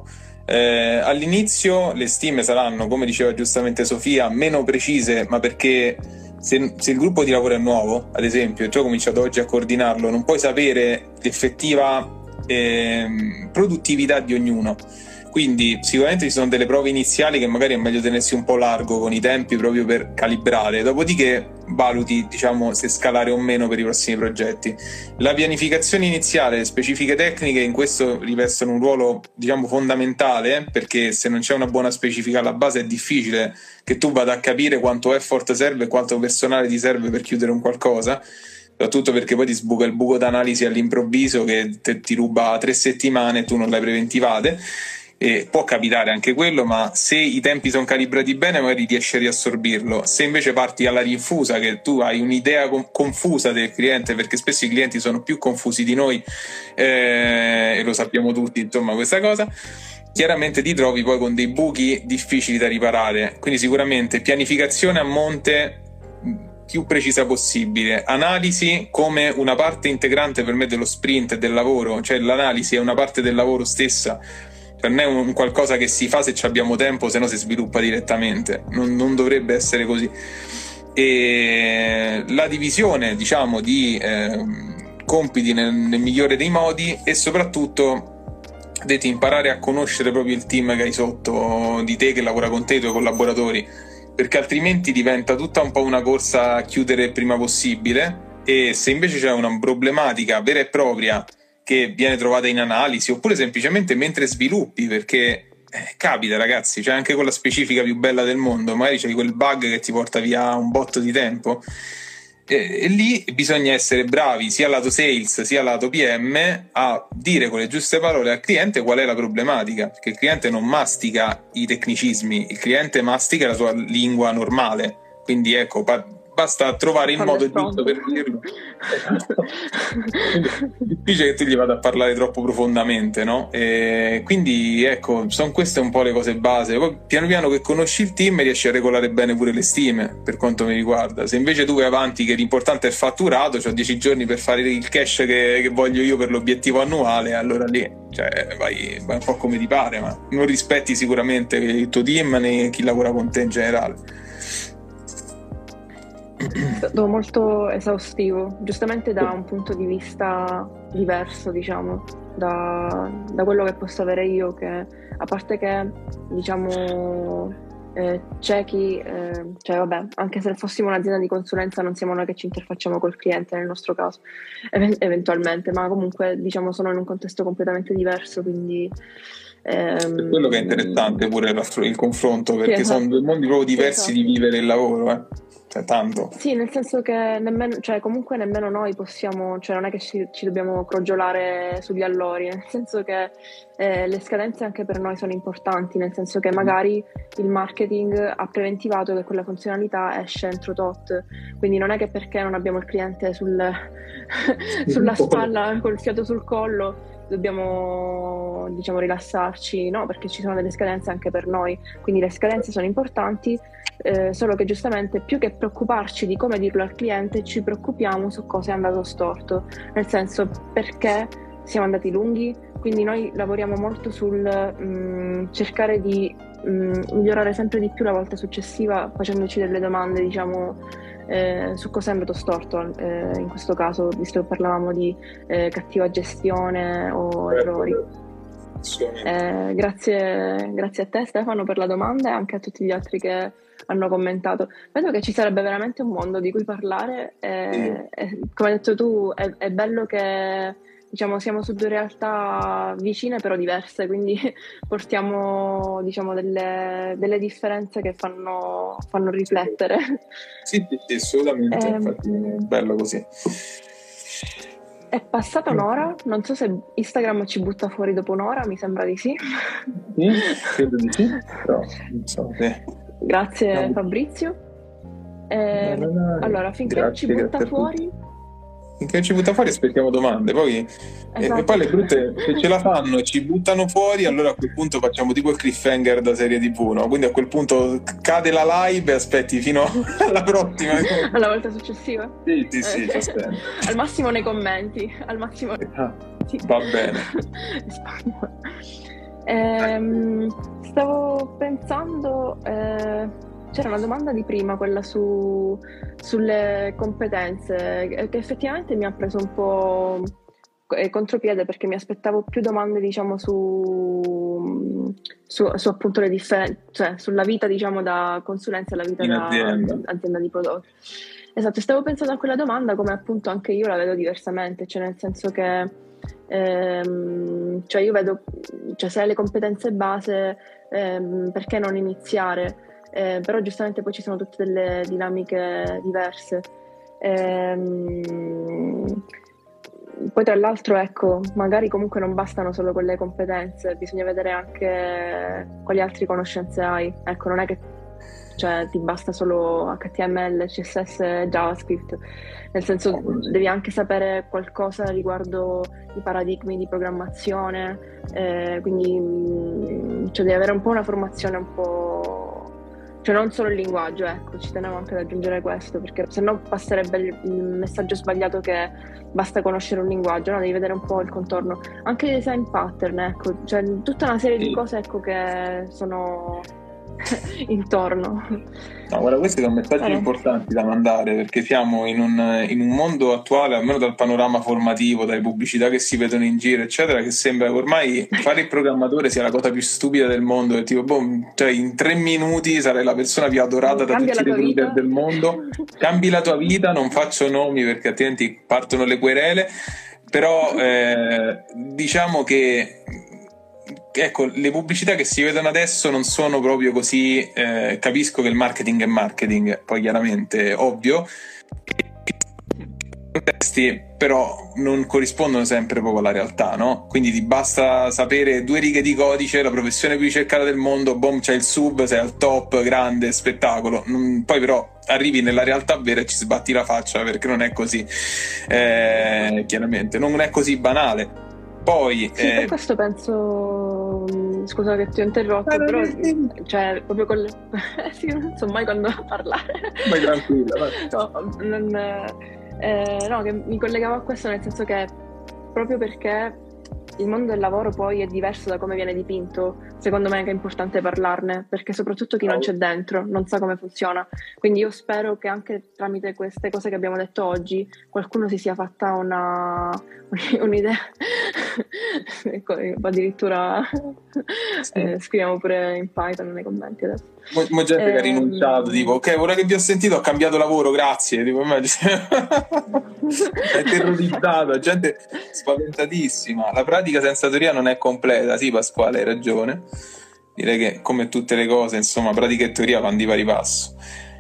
All'inizio le stime saranno, come diceva giustamente Sofia, meno precise, ma perché se il gruppo di lavoro è nuovo, ad esempio, tu hai cominciato oggi a coordinarlo, non puoi sapere l'effettiva produttività di ognuno. Quindi sicuramente ci sono delle prove iniziali che magari è meglio tenersi un po' largo con i tempi proprio per calibrare, dopodiché valuti, diciamo, se scalare o meno per i prossimi progetti. La pianificazione iniziale, le specifiche tecniche in questo rivestono un ruolo, diciamo, fondamentale, perché se non c'è una buona specifica alla base è difficile che tu vada a capire quanto effort serve e quanto personale ti serve per chiudere un qualcosa, soprattutto perché poi ti sbuca il buco d'analisi all'improvviso che ti ruba 3 settimane e tu non l'hai preventivate. E può capitare anche quello, ma se i tempi sono calibrati bene magari riesci a riassorbirlo. Se invece parti alla rinfusa, che tu hai un'idea confusa del cliente, perché spesso i clienti sono più confusi di noi, e lo sappiamo tutti, insomma, questa cosa, chiaramente ti trovi poi con dei buchi difficili da riparare. Quindi sicuramente pianificazione a monte più precisa possibile, analisi come una parte integrante per me dello sprint e del lavoro, cioè l'analisi è una parte del lavoro stessa. Non è un qualcosa che si fa se ci abbiamo tempo, se no si sviluppa direttamente. Non dovrebbe essere così. E la divisione, diciamo, di compiti nel migliore dei modi, e soprattutto devi imparare a conoscere proprio il team che hai sotto di te, che lavora con te, i tuoi collaboratori, perché altrimenti diventa tutta un po' una corsa a chiudere il prima possibile. E se invece c'è una problematica vera e propria che viene trovata in analisi, oppure semplicemente mentre sviluppi, perché capita, ragazzi, c'è anche quella specifica più bella del mondo, magari c'è quel bug che ti porta via un botto di tempo, e lì bisogna essere bravi sia lato sales sia lato PM a dire con le giuste parole al cliente qual è la problematica, perché il cliente non mastica i tecnicismi, il cliente mastica la sua lingua normale, quindi ecco, basta trovare il modo giusto per dirlo. È difficile che tu gli vada a parlare troppo profondamente, no? E quindi ecco, sono queste un po' le cose base. Poi piano piano che conosci il team riesci a regolare bene pure le stime, per quanto mi riguarda. Se invece tu vai avanti che l'importante è fatturato, ho 10 giorni per fare il cash che voglio io per l'obiettivo annuale, allora lì, cioè, vai un po' come ti pare, ma non rispetti sicuramente il tuo team né chi lavora con te in generale. È stato molto esaustivo, giustamente da un punto di vista diverso, diciamo, da quello che posso avere io, che a parte che, diciamo, c'è chi, cioè vabbè, anche se fossimo un'azienda di consulenza non siamo noi che ci interfacciamo col cliente nel nostro caso, eventualmente, ma comunque, diciamo, sono in un contesto completamente diverso, quindi... quello che è interessante pure il confronto, perché sono due mondi proprio diversi di vivere il lavoro, tanto. Sì, nel senso che nemmeno, cioè comunque nemmeno noi possiamo, cioè non è che ci dobbiamo crogiolare sugli allori, nel senso che le scadenze anche per noi sono importanti, nel senso che magari il marketing ha preventivato che quella funzionalità esce entro tot, quindi non è che perché non abbiamo il cliente sulla spalla col fiato sul collo dobbiamo, diciamo, rilassarci, no, perché ci sono delle scadenze anche per noi, quindi le scadenze sono importanti, solo che giustamente più che preoccuparci di come dirlo al cliente ci preoccupiamo su cosa è andato storto, nel senso perché siamo andati lunghi, quindi noi lavoriamo molto sul cercare di migliorare sempre di più la volta successiva, facendoci delle domande, diciamo, su cosa è andato storto, in questo caso, visto che parlavamo di cattiva gestione o errori. Grazie a te, Stefano, per la domanda, e anche a tutti gli altri che hanno commentato. Vedo che ci sarebbe veramente un mondo di cui parlare, come hai detto tu, è bello che, diciamo, siamo su due realtà vicine però diverse, quindi portiamo, diciamo, delle differenze che fanno riflettere. Sì, assolutamente, infatti, è bello così. È passata un'ora, non so se Instagram ci butta fuori dopo un'ora, mi sembra di sì. Credo di sì, però non so. Grazie Fabrizio. Allora, finché ci butta fuori... Finché ci butta fuori aspettiamo domande, poi, esatto. E poi le brutte, se ce la fanno e ci buttano fuori, allora a quel punto facciamo tipo il cliffhanger da serie TV, no? Quindi a quel punto cade la live e aspetti fino alla prossima. Alla volta successiva? Sì, ci aspetto. Al massimo nei commenti, al massimo... Sì. Va bene. Stavo pensando, c'era una domanda di prima, quella sulle competenze, che effettivamente mi ha preso un po' contropiede, perché mi aspettavo più domande, diciamo, su appunto le differenze, cioè sulla vita, diciamo, da consulenza alla vita da azienda di prodotto. Esatto, stavo pensando a quella domanda come appunto anche io la vedo diversamente, cioè nel senso che cioè io vedo, cioè se hai le competenze base, perché non iniziare? Però giustamente poi ci sono tutte delle dinamiche diverse. Poi tra l'altro, ecco, magari comunque non bastano solo quelle competenze, bisogna vedere anche quali altre conoscenze hai. Ecco, non è che cioè ti basta solo HTML, CSS e JavaScript, nel senso devi anche sapere qualcosa riguardo i paradigmi di programmazione, quindi cioè devi avere un po' una formazione un po', cioè non solo il linguaggio, ecco, ci tenevo anche ad aggiungere questo, perché sennò passerebbe il messaggio sbagliato che basta conoscere un linguaggio, no? Devi vedere un po' il contorno, anche i design pattern, ecco, cioè tutta una serie di cose, ecco, che sono intorno. No, guarda, questi sono messaggi importanti da mandare, perché siamo in un mondo attuale, almeno dal panorama formativo, dalle pubblicità che si vedono in giro, eccetera, che sembra che ormai fare il programmatore sia la cosa più stupida del mondo. Tipo, cioè in 3 minuti sarai la persona più adorata da tutti i recruiter del mondo. Cambi la tua vita, non faccio nomi perché altrimenti partono le querele, però diciamo che ecco, le pubblicità che si vedono adesso non sono proprio così, capisco che il marketing è marketing, poi chiaramente ovvio, i testi però non corrispondono sempre proprio alla realtà, no? Quindi ti basta sapere 2 righe di codice, la professione più ricercata del mondo, boom, c'è il sub, sei al top, grande, spettacolo. Poi però arrivi nella realtà vera e ci sbatti la faccia, perché non è così, chiaramente non è così banale. Poi sì, per questo penso, scusa che ti ho interrotto, però cioè proprio con le sì, non so mai quando parlare. Vai tranquilla, vai. No, che mi collegavo a questo, nel senso che proprio perché il mondo del lavoro poi è diverso da come viene dipinto, secondo me è anche importante parlarne, perché soprattutto chi non c'è dentro non sa come funziona. Quindi io spero che anche tramite queste cose che abbiamo detto oggi qualcuno si sia fatta un'idea. Ecco, addirittura scriviamo pure in Python nei commenti adesso. Mo gente che ha rinunciato, tipo, ok, ora che vi ho sentito ho cambiato lavoro, grazie. Tipo, è terrorizzata, gente spaventatissima. La pratica senza teoria non è completa. Sì, Pasquale, hai ragione. Direi che come tutte le cose, insomma, pratica e teoria vanno di pari passo.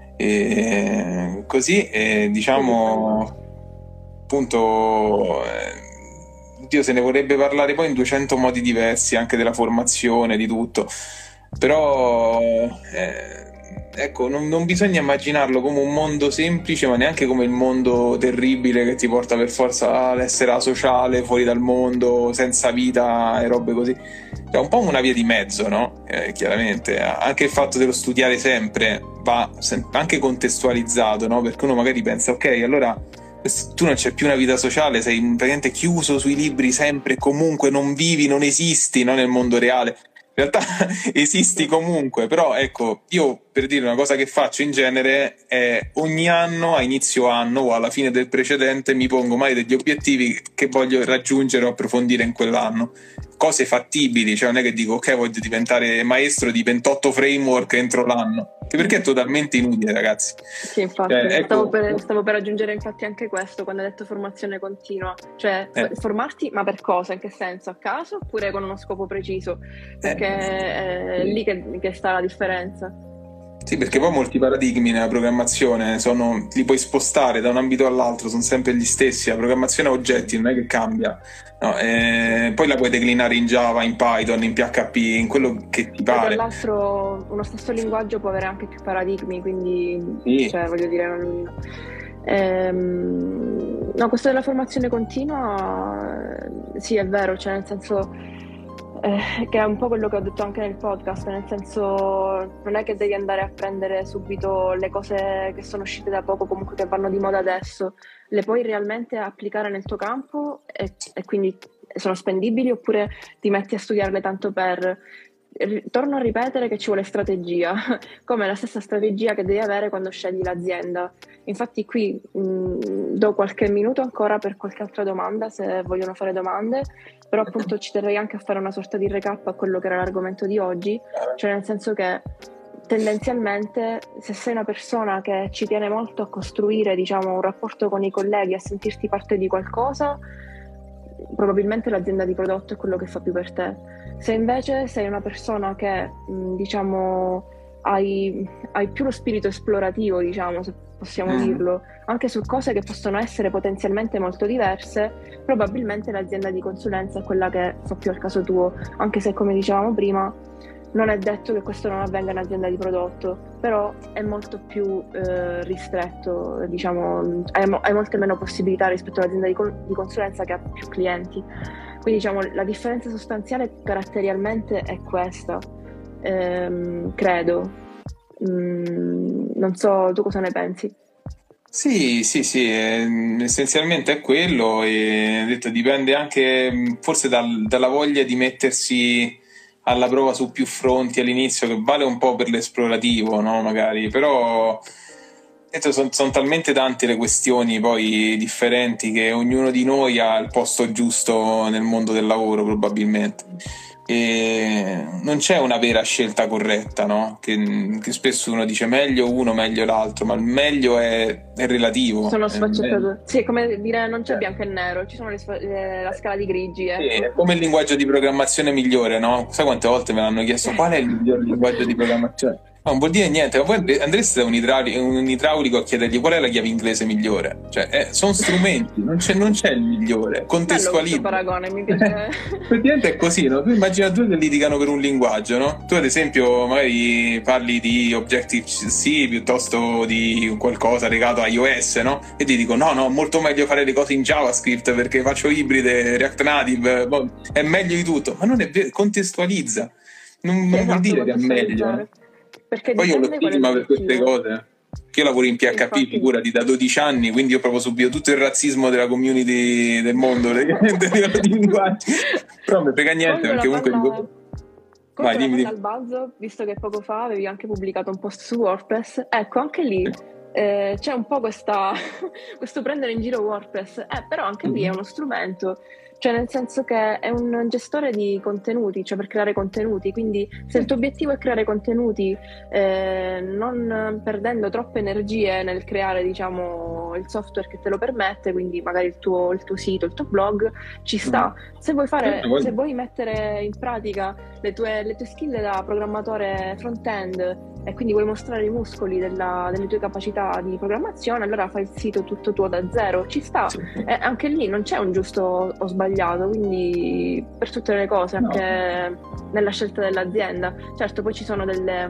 Così, diciamo, appunto, Dio, se ne vorrebbe parlare poi in 200 modi diversi, anche della formazione, di tutto. Però ecco, non bisogna immaginarlo come un mondo semplice, ma neanche come il mondo terribile che ti porta per forza all'essere asociale, fuori dal mondo, senza vita e robe così. È un po' una via di mezzo, no? Chiaramente anche il fatto dello studiare sempre va anche contestualizzato, no? Perché uno magari pensa, ok, allora tu non c'è più una vita sociale, sei praticamente chiuso sui libri sempre e comunque, non vivi, non esisti, no? Nel mondo reale. In realtà esisti comunque, però ecco, io per dire una cosa che faccio in genere è ogni anno, a inizio anno o alla fine del precedente, mi pongo mai degli obiettivi che voglio raggiungere o approfondire in quell'anno. Cose fattibili, cioè non è che dico ok, voglio diventare maestro di 28 framework entro l'anno, perché è totalmente inutile, ragazzi. Sì, infatti, ecco, stavo per aggiungere infatti anche questo quando hai detto formazione continua, cioè formarti, ma per cosa? In che senso? A caso oppure con uno scopo preciso? Perché è lì che sta la differenza. Sì, perché poi molti paradigmi nella programmazione li puoi spostare da un ambito all'altro, sono sempre gli stessi. La programmazione a oggetti non è che cambia, no, poi la puoi declinare in Java, in Python, in PHP, in quello che ti pare. Tra l'altro uno stesso linguaggio può avere anche più paradigmi, quindi sì. Cioè, voglio dire, no, questo della formazione continua sì, è vero, cioè nel senso che è un po' quello che ho detto anche nel podcast, nel senso non è che devi andare a prendere subito le cose che sono uscite da poco, comunque che vanno di moda adesso, le puoi realmente applicare nel tuo campo e quindi sono spendibili oppure ti metti a studiarle tanto per... Torno a ripetere che ci vuole strategia, come la stessa strategia che devi avere quando scegli l'azienda. Infatti qui do qualche minuto ancora per qualche altra domanda, se vogliono fare domande, però appunto ci terrei anche a fare una sorta di recap a quello che era l'argomento di oggi, cioè nel senso che tendenzialmente se sei una persona che ci tiene molto a costruire, diciamo, un rapporto con i colleghi, a sentirti parte di qualcosa, probabilmente l'azienda di prodotto è quello che fa più per te. Se invece sei una persona che diciamo hai più lo spirito esplorativo, diciamo, se possiamo dirlo, anche su cose che possono essere potenzialmente molto diverse, probabilmente l'azienda di consulenza è quella che fa più al caso tuo, anche se, come dicevamo prima, non è detto che questo non avvenga in azienda di prodotto, però è molto più ristretto, diciamo, hai molte meno possibilità rispetto all'azienda di consulenza che ha più clienti. Quindi diciamo la differenza sostanziale caratterialmente è questa, credo. Non so, tu cosa ne pensi? Sì, essenzialmente è quello, e detto, dipende anche forse dalla voglia di mettersi alla prova su più fronti all'inizio, che vale un po' per l'esplorativo, no? Magari, però sono talmente tante le questioni poi differenti che ognuno di noi ha il posto giusto nel mondo del lavoro, probabilmente. E non c'è una vera scelta corretta, no? Che spesso uno dice meglio uno, meglio l'altro, ma il meglio è relativo. Sono sfaccettature. Sì, è come dire non c'è bianco e nero, ci sono la scala di grigi. Ecco. Sì, è come il linguaggio di programmazione migliore, no? Sai quante volte me l'hanno chiesto qual è il miglior linguaggio di programmazione? Non vuol dire niente, ma poi andresti da un idraulico a chiedergli qual è la chiave inglese migliore. Cioè, sono strumenti, non c'è il migliore. Contestualizza. Paragone, mi piace. Effettivamente è così, no? Tu immagina due che litigano per un linguaggio, no? Tu ad esempio magari parli di Objective-C piuttosto di qualcosa legato a iOS, no? E ti dico no, molto meglio fare le cose in JavaScript perché faccio ibride, React Native, è meglio di tutto. Ma non è vero, contestualizza. Non vuol dire che è meglio. Perché poi io lo stigma per queste cose. Io lavoro in PHP, infatti, figurati, da 12 anni, quindi ho proprio subito tutto il razzismo della community del mondo praticamente a livello di linguaggi. Però mi frega niente perché comunque vai, dimmi. Al balzo, visto che poco fa avevi anche pubblicato un post su WordPress, ecco, anche lì c'è un po' questo prendere in giro WordPress, però anche lì è uno strumento. Cioè nel senso che è un gestore di contenuti, cioè per creare contenuti, quindi se il tuo obiettivo è creare contenuti non perdendo troppe energie nel creare, diciamo, il software che te lo permette, quindi magari il tuo sito, il tuo blog, ci sta. Se vuoi mettere in pratica le tue skill da programmatore front-end e quindi vuoi mostrare i muscoli delle tue capacità di programmazione, allora fai il sito tutto tuo da zero, ci sta. Anche lì non c'è un giusto o sbagliato, quindi per tutte le cose, anche nella scelta dell'azienda. Certo, poi ci sono delle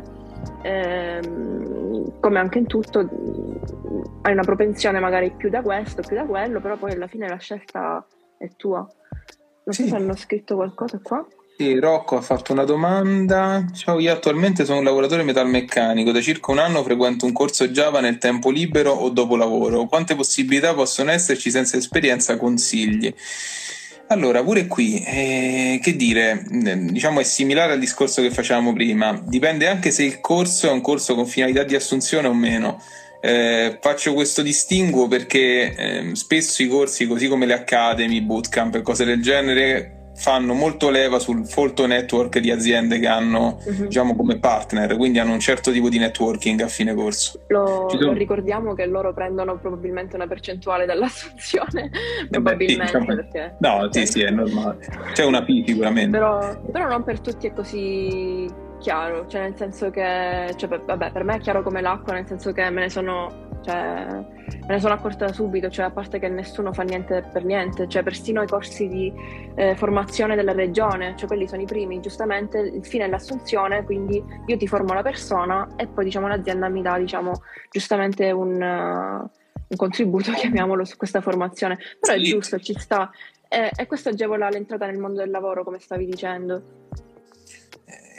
come anche in tutto hai una propensione magari più da questo, più da quello, però poi alla fine la scelta è tua. Non so se hanno scritto qualcosa qua. Sì, Rocco ha fatto una domanda. Ciao, io attualmente sono un lavoratore metalmeccanico, da circa un anno frequento un corso Java nel tempo libero o dopo lavoro. Quante possibilità possono esserci senza esperienza? Consigli? Allora, pure qui, che dire, diciamo è similare al discorso che facevamo prima, dipende anche se il corso è un corso con finalità di assunzione o meno. Faccio questo distinguo perché spesso i corsi, così come le academy, bootcamp e cose del genere, fanno molto leva sul folto network di aziende che hanno diciamo come partner, quindi hanno un certo tipo di networking a fine corso. Lo ricordiamo che loro prendono probabilmente una percentuale dall'assunzione, probabilmente, diciamo, perché sì, è normale, c'è una P sicuramente, però non per tutti è così chiaro, cioè nel senso che per me è chiaro come l'acqua, nel senso che me ne sono accorta subito, cioè a parte che nessuno fa niente per niente, cioè persino i corsi di formazione della regione, cioè quelli sono i primi, giustamente il fine è l'assunzione, quindi io ti formo la persona e poi diciamo l'azienda mi dà giustamente un contributo, chiamiamolo, su questa formazione, però è giusto, ci sta, e questo agevola l'entrata nel mondo del lavoro, come stavi dicendo.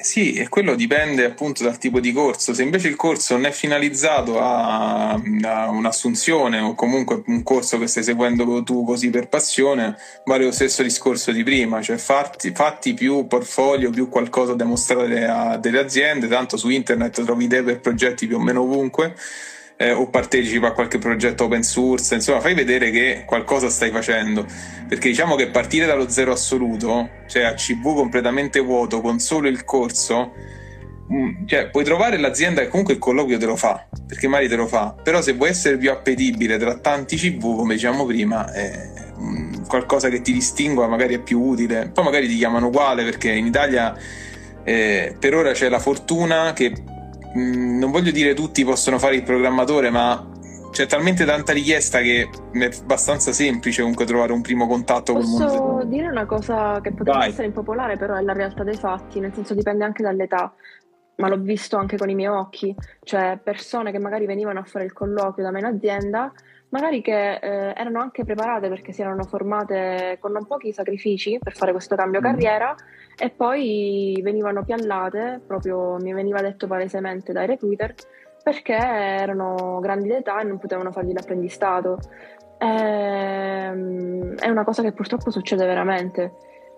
Sì, e quello dipende appunto dal tipo di corso. Se invece il corso non è finalizzato a un'assunzione o comunque un corso che stai seguendo tu così per passione, vale lo stesso discorso di prima, cioè fatti più portfolio, più qualcosa da mostrare a delle aziende, tanto su internet trovi idee per progetti più o meno ovunque. O partecipa a qualche progetto open source, insomma fai vedere che qualcosa stai facendo, perché diciamo che partire dallo zero assoluto, cioè a CV completamente vuoto con solo il corso, cioè puoi trovare l'azienda che comunque il colloquio te lo fa, perché magari te lo fa, però se vuoi essere più appetibile tra tanti CV, come diciamo prima, qualcosa che ti distingua magari è più utile. Poi magari ti chiamano uguale, perché in Italia per ora c'è la fortuna che non voglio dire tutti possono fare il programmatore, ma c'è talmente tanta richiesta che è abbastanza semplice comunque trovare un primo contatto col mondo. Posso dire una cosa che potrebbe essere impopolare, però è la realtà dei fatti, nel senso dipende anche dall'età, ma l'ho visto anche con i miei occhi, cioè persone che magari venivano a fare il colloquio da me in azienda, magari che erano anche preparate perché si erano formate con non pochi sacrifici per fare questo cambio carriera, e poi venivano piallate, proprio mi veniva detto palesemente dai recruiter, perché erano grandi d'età e non potevano fargli l'apprendistato. È una cosa che purtroppo succede veramente.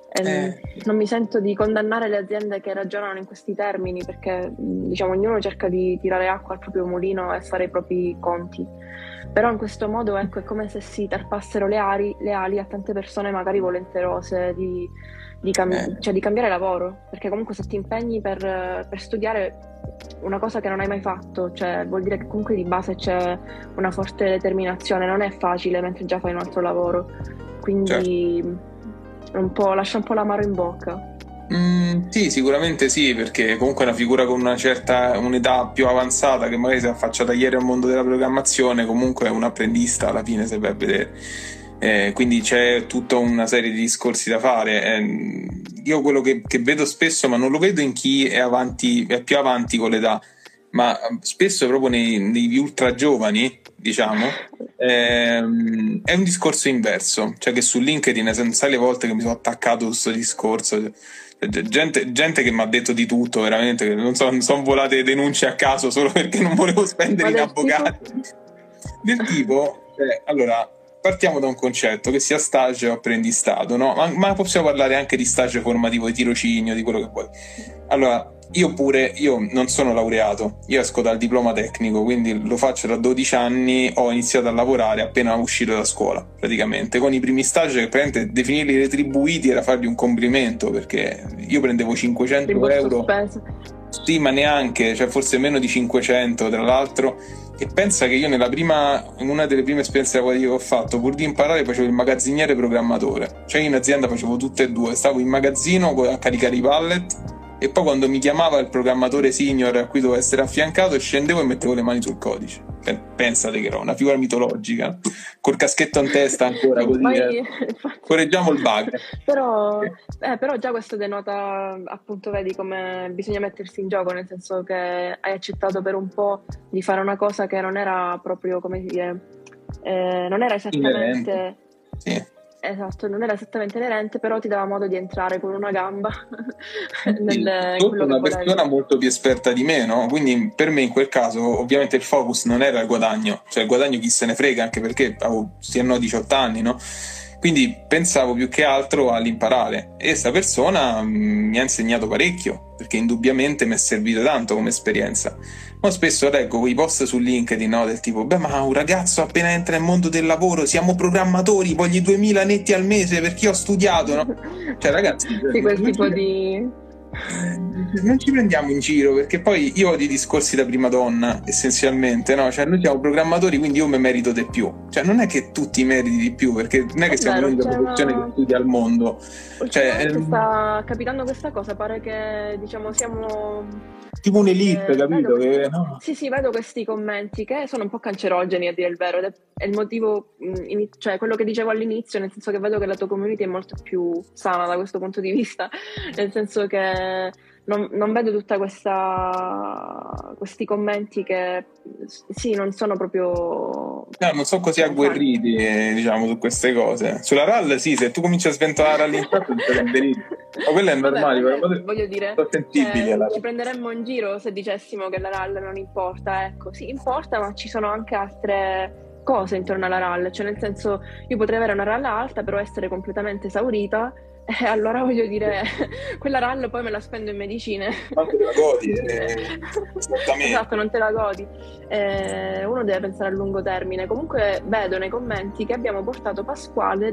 Non mi sento di condannare le aziende che ragionano in questi termini, perché diciamo ognuno cerca di tirare acqua al proprio mulino e fare i propri conti, però in questo modo ecco, è come se si tarpassero le ali a tante persone magari volenterose di cambiare lavoro, perché comunque se ti impegni per studiare una cosa che non hai mai fatto, cioè vuol dire che comunque di base c'è una forte determinazione, non è facile mentre già fai un altro lavoro, quindi lascia un po' l'amaro in bocca. Sì, sicuramente sì, perché comunque è una figura con un'età più avanzata che magari si è affacciata ieri al mondo della programmazione, comunque è un apprendista alla fine, se vai a vedere. Quindi c'è tutta una serie di discorsi da fare. Io quello che vedo spesso, ma non lo vedo in chi è più avanti con l'età, ma spesso proprio nei ultra giovani, diciamo, è un discorso inverso, cioè che su LinkedIn, non sai le volte che mi sono attaccato a questo discorso, gente che mi ha detto di tutto, veramente, che non sono volate denunce a caso solo perché non volevo spendere in avvocati. Del tipo, allora, partiamo da un concetto, che sia stage o apprendistato, no? Ma possiamo parlare anche di stage formativo, di tirocinio, di quello che vuoi. Allora, io non sono laureato, io esco dal diploma tecnico, quindi lo faccio da 12 anni, ho iniziato a lavorare appena uscito da scuola, praticamente, con i primi stage che praticamente definirli retribuiti era fargli un complimento, perché io prendevo 500 euro, sì, ma neanche, cioè forse meno di 500 tra l'altro, e pensa che io in una delle prime esperienze lavorative che ho fatto, pur di imparare, facevo il magazziniere programmatore, cioè in azienda facevo tutte e due, stavo in magazzino a caricare i pallet, e poi quando mi chiamava il programmatore senior a cui dovevo essere affiancato, scendevo e mettevo le mani sul codice. Pensate che ero una figura mitologica, col caschetto in testa ancora, così correggiamo il bug. Però già questo denota, appunto, vedi come bisogna mettersi in gioco, nel senso che hai accettato per un po' di fare una cosa che non era proprio, come dire, non era esattamente... Sì. Esatto, non era esattamente inerente, però ti dava modo di entrare con una gamba una persona molto più esperta di me, no? Quindi per me in quel caso ovviamente il focus non era il guadagno, cioè il guadagno chi se ne frega, anche perché avevo 18 anni, no? Quindi pensavo più che altro all'imparare, e questa persona mi ha insegnato parecchio, perché indubbiamente mi è servito tanto come esperienza. Ma spesso leggo quei post su LinkedIn, no, del tipo, ma un ragazzo appena entra nel mondo del lavoro, siamo programmatori, voglio 2000 netti al mese perché ho studiato, no? Cioè ragazzi, sì, quel tipo di... non ci prendiamo in giro, perché poi io ho dei discorsi da prima donna essenzialmente, no? Cioè noi siamo programmatori, quindi io mi merito di più, cioè non è che tu ti meriti di più, perché non è che siamo l'unica professione che studia al mondo, cioè, sta capitando questa cosa, pare che diciamo siamo tipo un'elite, capito? No. Sì, vedo questi commenti che sono un po' cancerogeni, a dire il vero, ed è il motivo, cioè quello che dicevo all'inizio, nel senso che vedo che la tua community è molto più sana da questo punto di vista, nel senso che non vedo tutta questi commenti che sì, non sono proprio... No, non sono così agguerriti, diciamo, su queste cose. Sulla RAL, sì, se tu cominci a sventolare all'interno ti renderiti. Ma quello è normale, vabbè, voglio dire, ci prenderemmo in giro se dicessimo che la RAL non importa. Ecco, sì, importa, ma ci sono anche altre cose intorno alla RAL. Cioè, nel senso, io potrei avere una RAL alta, però essere completamente esaurita. E allora voglio dire, quella RAL poi me la spendo in medicine. Ma te la godi, esattamente. Esatto, non te la godi. Uno deve pensare a lungo termine. Comunque vedo nei commenti che abbiamo portato Pasquale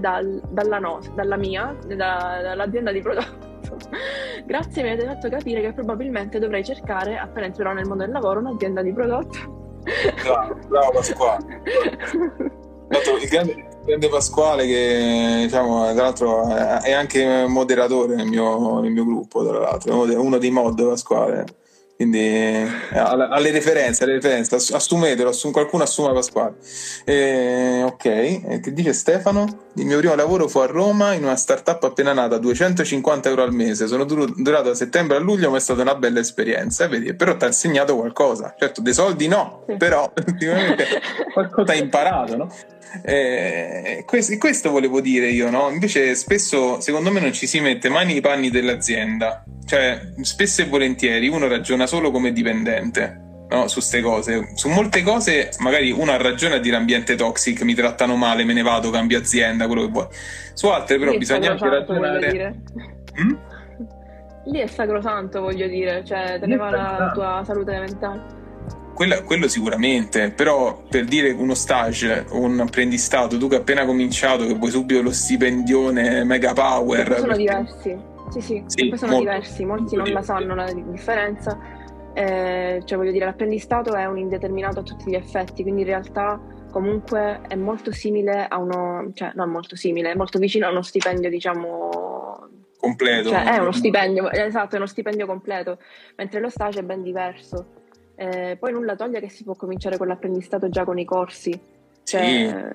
dall'azienda di prodotto. Grazie, mi avete fatto capire che probabilmente dovrei cercare, appena entrerò nel mondo del lavoro, un'azienda di prodotto. Bravo Pasquale. Il grande Pasquale, che diciamo tra l'altro è anche moderatore nel mio gruppo, tra l'altro uno dei mod, Pasquale, quindi alle referenze assumetelo, qualcuno assuma Pasquale. Ok, che dice Stefano? Il mio primo lavoro fu a Roma in una startup appena nata, 250 euro al mese, sono durato da settembre a luglio, ma è stata una bella esperienza, vedi? Però ti ha insegnato qualcosa, certo dei soldi no, sì. Però sicuramente qualcosa hai imparato, no? Questo volevo dire io, no? Invece spesso secondo me non ci si mette mai nei panni dell'azienda, cioè spesso e volentieri uno ragiona solo come dipendente, no? Su ste cose, su molte cose magari uno ha ragione a dire ambiente toxic, mi trattano male, me ne vado, cambio azienda, quello che vuoi. Su altre però bisogna anche ragionare. Lì è sacrosanto, voglio dire, cioè te ne va la tua salute mentale. Quello sicuramente, però per dire uno stage o un apprendistato, tu che hai appena cominciato, che vuoi subito lo stipendione mega power, sono diversi, sì, sono diversi, molti non la sanno la differenza, cioè voglio dire, l'apprendistato è un indeterminato a tutti gli effetti, quindi in realtà comunque è molto simile a uno, cioè non molto simile, è molto vicino a uno stipendio, diciamo, completo, cioè è uno stipendio, esatto, è uno stipendio completo, mentre lo stage è ben diverso. Poi nulla toglie che si può cominciare con l'apprendistato già con i corsi, cioè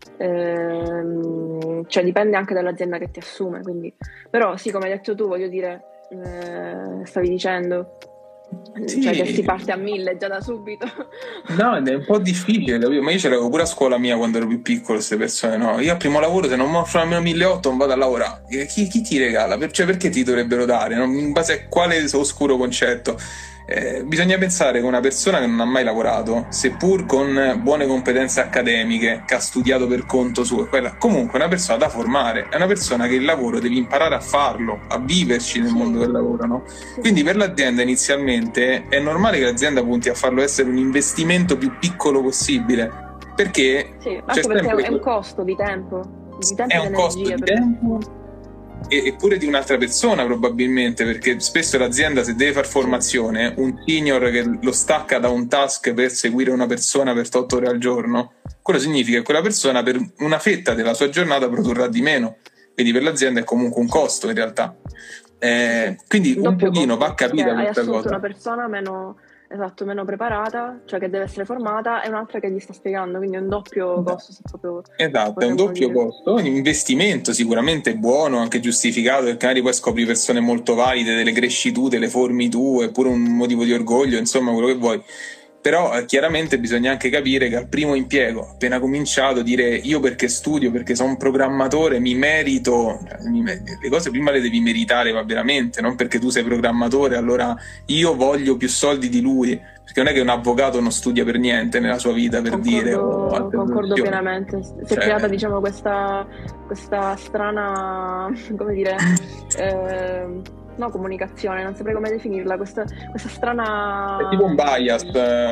dipende anche dall'azienda che ti assume, quindi. Però sì, come hai detto tu, voglio dire, stavi dicendo, cioè che si parte a 1000 già da subito. No, è un po' difficile, ma io ce l'avevo pure a scuola mia quando ero più piccolo, queste persone, no? Io al primo lavoro, se non mi offrono almeno 1.800 non vado a lavorare. Chi ti regala? Cioè, perché ti dovrebbero dare? In base a quale oscuro concetto? Bisogna pensare che una persona che non ha mai lavorato, seppur con buone competenze accademiche, che ha studiato per conto suo, comunque è una persona da formare, è una persona che il lavoro devi imparare a farlo, a viverci nel mondo del lavoro, no? Quindi per l'azienda inizialmente è normale che l'azienda punti a farlo essere un investimento più piccolo possibile, perché anche perché è un costo di tempo, è un costo di tempo e pure di un'altra persona probabilmente, perché spesso l'azienda, se deve far formazione, un senior che lo stacca da un task per seguire una persona per 8 ore al giorno, quello significa che quella persona per una fetta della sua giornata produrrà di meno, quindi per l'azienda è comunque un costo in realtà, quindi un pochino va capita questa cosa. Una persona meno preparata, cioè che deve essere formata, e un'altra che gli sta spiegando, quindi è un doppio costo. Esatto, è un doppio costo, un investimento sicuramente buono, anche giustificato, perché magari poi scopri persone molto valide, delle cresci tu, te le formi tu, è pure un motivo di orgoglio, insomma quello che vuoi. Però chiaramente bisogna anche capire che al primo impiego, appena cominciato, dire io perché studio, perché sono un programmatore, mi merito, le cose prima le devi meritare, ma veramente, non perché tu sei programmatore allora io voglio più soldi di lui, perché non è che un avvocato non studia per niente nella sua vita, per concordo pienamente. Si è creata, diciamo, questa strana, come dire, no, comunicazione, non saprei come definirla, questa strana... È tipo un bias.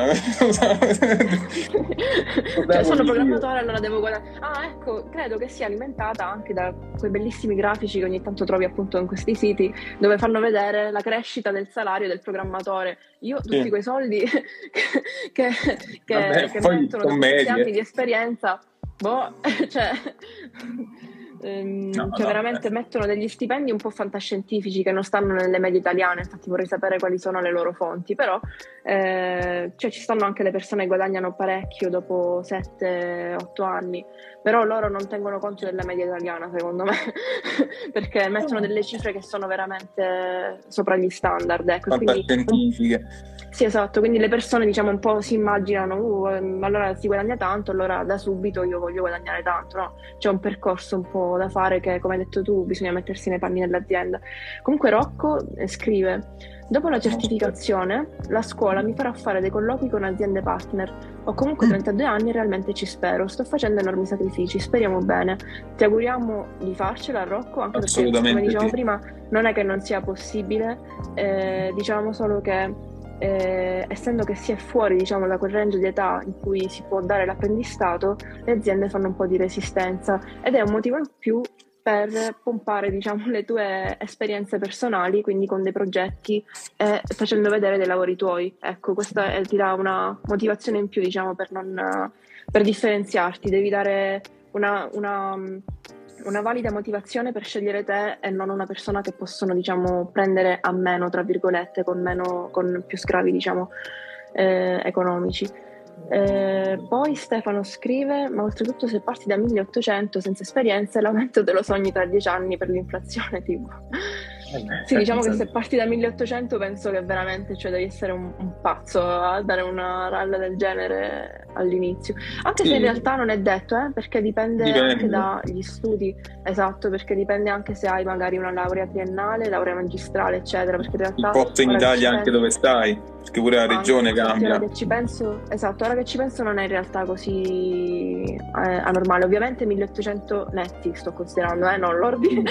Cioè, sono programmatore, allora devo guardare... Ah, ecco, credo che sia alimentata anche da quei bellissimi grafici che ogni tanto trovi appunto in questi siti, dove fanno vedere la crescita del salario del programmatore. Io tutti quei soldi che mettono da questi anni di esperienza, cioè... Veramente mettono degli stipendi un po' fantascientifici che non stanno nelle medie italiane, infatti vorrei sapere quali sono le loro fonti, però ci stanno anche le persone che guadagnano parecchio dopo 7-8 anni, però loro non tengono conto della media italiana, secondo me, perché mettono delle cifre che sono veramente sopra gli standard, ecco. Fantascientifiche. Sì, esatto, quindi le persone un po' si immaginano, allora si guadagna tanto, allora da subito io voglio guadagnare tanto, no? C'è un percorso un po' da fare che, come hai detto tu, bisogna mettersi nei panni dell'azienda. Comunque Rocco scrive: dopo la certificazione, la scuola mi farà fare dei colloqui con aziende partner. Ho comunque 32 anni e realmente ci spero. Sto facendo enormi sacrifici, speriamo bene. Ti auguriamo di farcela, Rocco, anche perché, come dicevamo prima, non è che non sia possibile, diciamo solo che essendo che si è fuori da quel range di età in cui si può dare l'apprendistato, le aziende fanno un po' di resistenza ed è un motivo in più per pompare le tue esperienze personali, quindi con dei progetti e facendo vedere dei lavori tuoi. Ecco, questa ti dà una motivazione in più per differenziarti, devi dare una valida motivazione per scegliere te e non una persona che possono prendere a meno, tra virgolette, con più sgravi economici. Poi Stefano scrive: ma oltretutto se parti da 1800 senza esperienza, l'aumento te lo sogni tra 10 anni per l'inflazione, tipo. Sì, diciamo che se parti da 1800 penso che veramente devi essere un pazzo a dare una ralla del genere all'inizio, anche se in realtà non è detto, perché dipende anche dagli studi, esatto, perché dipende anche se hai magari una laurea triennale, laurea magistrale, eccetera, perché in realtà il posto in Italia anche dove stai, perché pure la regione cambia. Ora che ci penso non è in realtà così anormale. Ovviamente 1800 netti sto considerando, non lordi.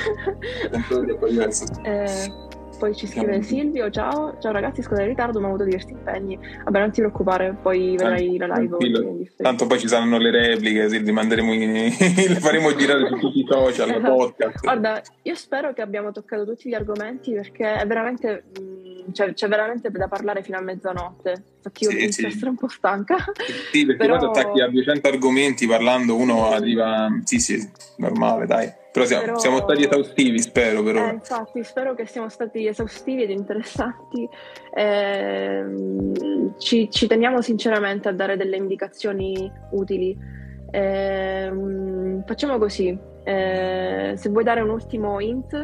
Poi ci scrive Silvio: ciao ragazzi, scusa il ritardo, ma ho avuto diversi impegni. Vabbè, non ti preoccupare, poi vedrai la live. Tanto poi ci saranno le repliche, Silvio, le faremo girare su tutti i social, podcast. Guarda, io spero che abbiamo toccato tutti gli argomenti, perché è veramente c'è veramente da parlare fino a mezzanotte. Infatti io inizio a essere un po' stanca. Sì, perché quando attacchi a 200 argomenti parlando uno arriva... Sì, normale, dai. Però siamo stati esaustivi, spero. Infatti, spero che siamo stati esaustivi ed interessanti. Ci teniamo sinceramente a dare delle indicazioni utili. Facciamo così. Se vuoi dare un ultimo hint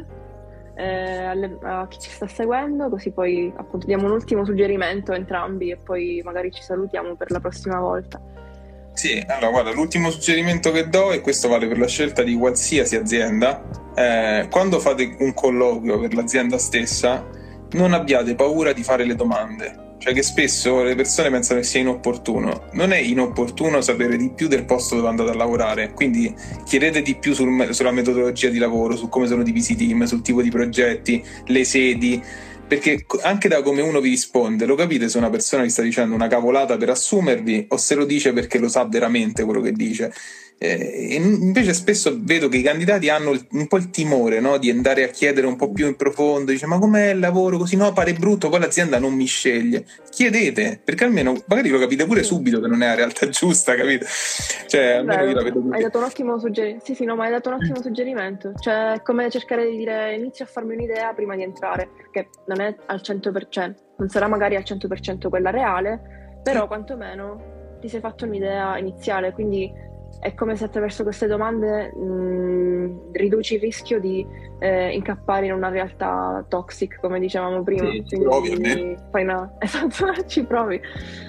a chi ci sta seguendo, così poi appunto diamo un ultimo suggerimento entrambi e poi magari ci salutiamo per la prossima volta. Sì, allora guarda, l'ultimo suggerimento che do, e questo vale per la scelta di qualsiasi azienda, quando fate un colloquio per l'azienda stessa, non abbiate paura di fare le domande. Cioè, che spesso le persone pensano che sia inopportuno. Non è inopportuno sapere di più del posto dove andate a lavorare, quindi chiedete di più sulla metodologia di lavoro, su come sono divisi i team, sul tipo di progetti, le sedi, perché anche da come uno vi risponde lo capite se una persona vi sta dicendo una cavolata per assumervi o se lo dice perché lo sa veramente quello che dice. E invece spesso vedo che i candidati hanno un po' il timore, no? Di andare a chiedere un po' più in profondo, dice: ma com'è il lavoro così? No, pare brutto, poi l'azienda non mi sceglie. Chiedete, perché almeno magari lo capite pure subito che non è la realtà giusta, capite? Cioè, almeno io la vedo così. Hai dato un ottimo suggerimento. No, ma hai dato un ottimo suggerimento. Cioè, è come cercare di dire: inizio a farmi un'idea prima di entrare, che non è al 100%, non sarà magari al 100% quella reale, però quantomeno ti sei fatto un'idea iniziale, quindi è come se attraverso queste domande riduci il rischio di incappare in una realtà toxic, come dicevamo prima. Sì, ci provi almeno. Esatto, ci provi.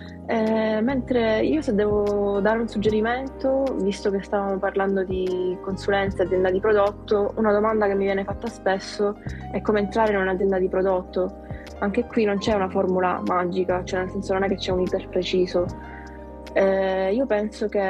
Mentre io, se devo dare un suggerimento, visto che stavamo parlando di consulenza e azienda di prodotto, una domanda che mi viene fatta spesso è come entrare in un'azienda di prodotto. Anche qui non c'è una formula magica, cioè nel senso non è che c'è un iter preciso. Io penso che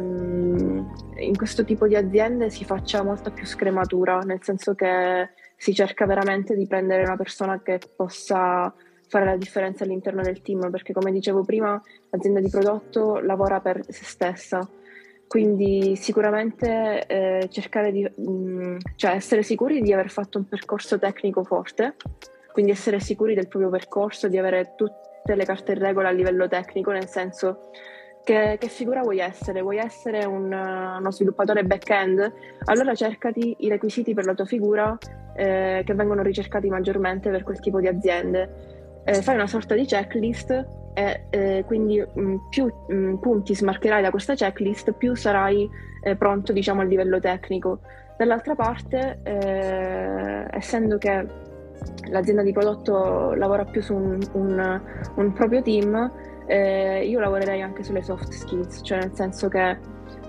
in questo tipo di aziende si faccia molta più scrematura, nel senso che si cerca veramente di prendere una persona che possa fare la differenza all'interno del team, perché come dicevo prima, l'azienda di prodotto lavora per se stessa, quindi sicuramente cercare di essere sicuri di aver fatto un percorso tecnico forte, quindi essere sicuri del proprio percorso, di avere tutte le carte in regola a livello tecnico, nel senso che figura vuoi essere? Vuoi essere uno sviluppatore back-end? Allora cercati i requisiti per la tua figura che vengono ricercati maggiormente per quel tipo di aziende. Fai una sorta di checklist e quindi più punti smarcherai da questa checklist, più sarai pronto, diciamo, a livello tecnico. Dall'altra parte, essendo che l'azienda di prodotto lavora più su un proprio team, io lavorerei anche sulle soft skills, cioè nel senso che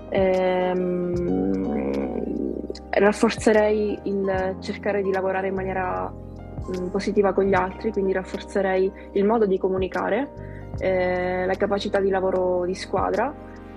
rafforzerei il cercare di lavorare in maniera positiva con gli altri, quindi rafforzerei il modo di comunicare, la capacità di lavoro di squadra.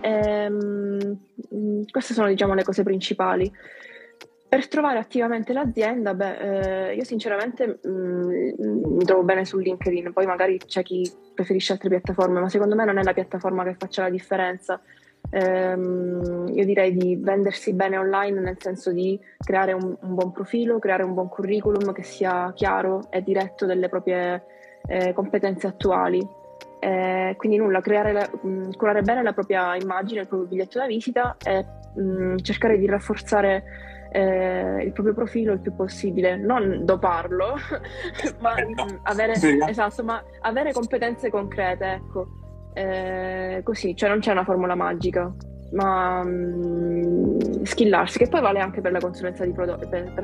Queste sono, diciamo, le cose principali. Per trovare attivamente l'azienda, io sinceramente mi trovo bene su LinkedIn, poi magari c'è chi preferisce altre piattaforme, ma secondo me non è la piattaforma che faccia la differenza. Io direi di vendersi bene online, nel senso di creare un buon profilo, creare un buon curriculum che sia chiaro e diretto delle proprie competenze attuali. Quindi nulla, curare bene la propria immagine, il proprio biglietto da visita e cercare di rafforzare il proprio profilo il più possibile, non doparlo, ma avere competenze concrete, ecco. Così, cioè non c'è una formula magica, ma skillarsi, che poi vale anche per la consulenza di prodotto,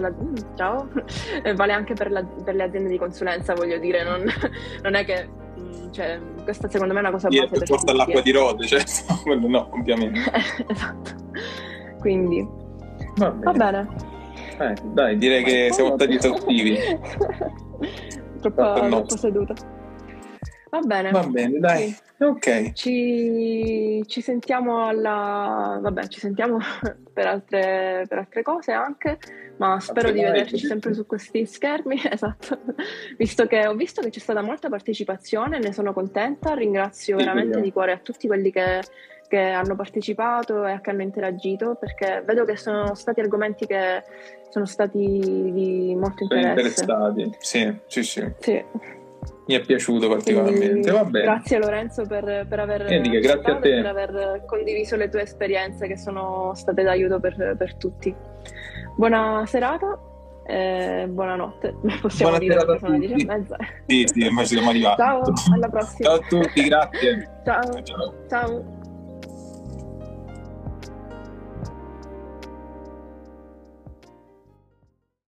vale anche per le aziende di consulenza, voglio dire, non è che cioè, questa secondo me è una cosa base per porta all'acqua di rode, cioè, quello no, ovviamente. Esatto. Quindi va bene. Dai, direi che siamo stati esaustivi. troppo seduta. Va bene, dai. Sì. Ok. Ci sentiamo ci sentiamo per altre cose anche, ma spero di vederci sempre su questi schermi. Esatto. Visto che ho visto che c'è stata molta partecipazione, ne sono contenta, ringrazio veramente di cuore a tutti quelli che hanno partecipato e che hanno interagito, perché vedo che sono stati argomenti che sono stati di molto interesse. Interessati, sì. Mi è piaciuto particolarmente. Va bene. Grazie Lorenzo per aver grazie a te. per aver condiviso le tue esperienze, che sono state d'aiuto per tutti. Buona serata e buonanotte. Possiamo dire che sono le 10:30. Sì, ma ci siamo arrivati. Ciao, alla prossima. Ciao a tutti, grazie. Ciao.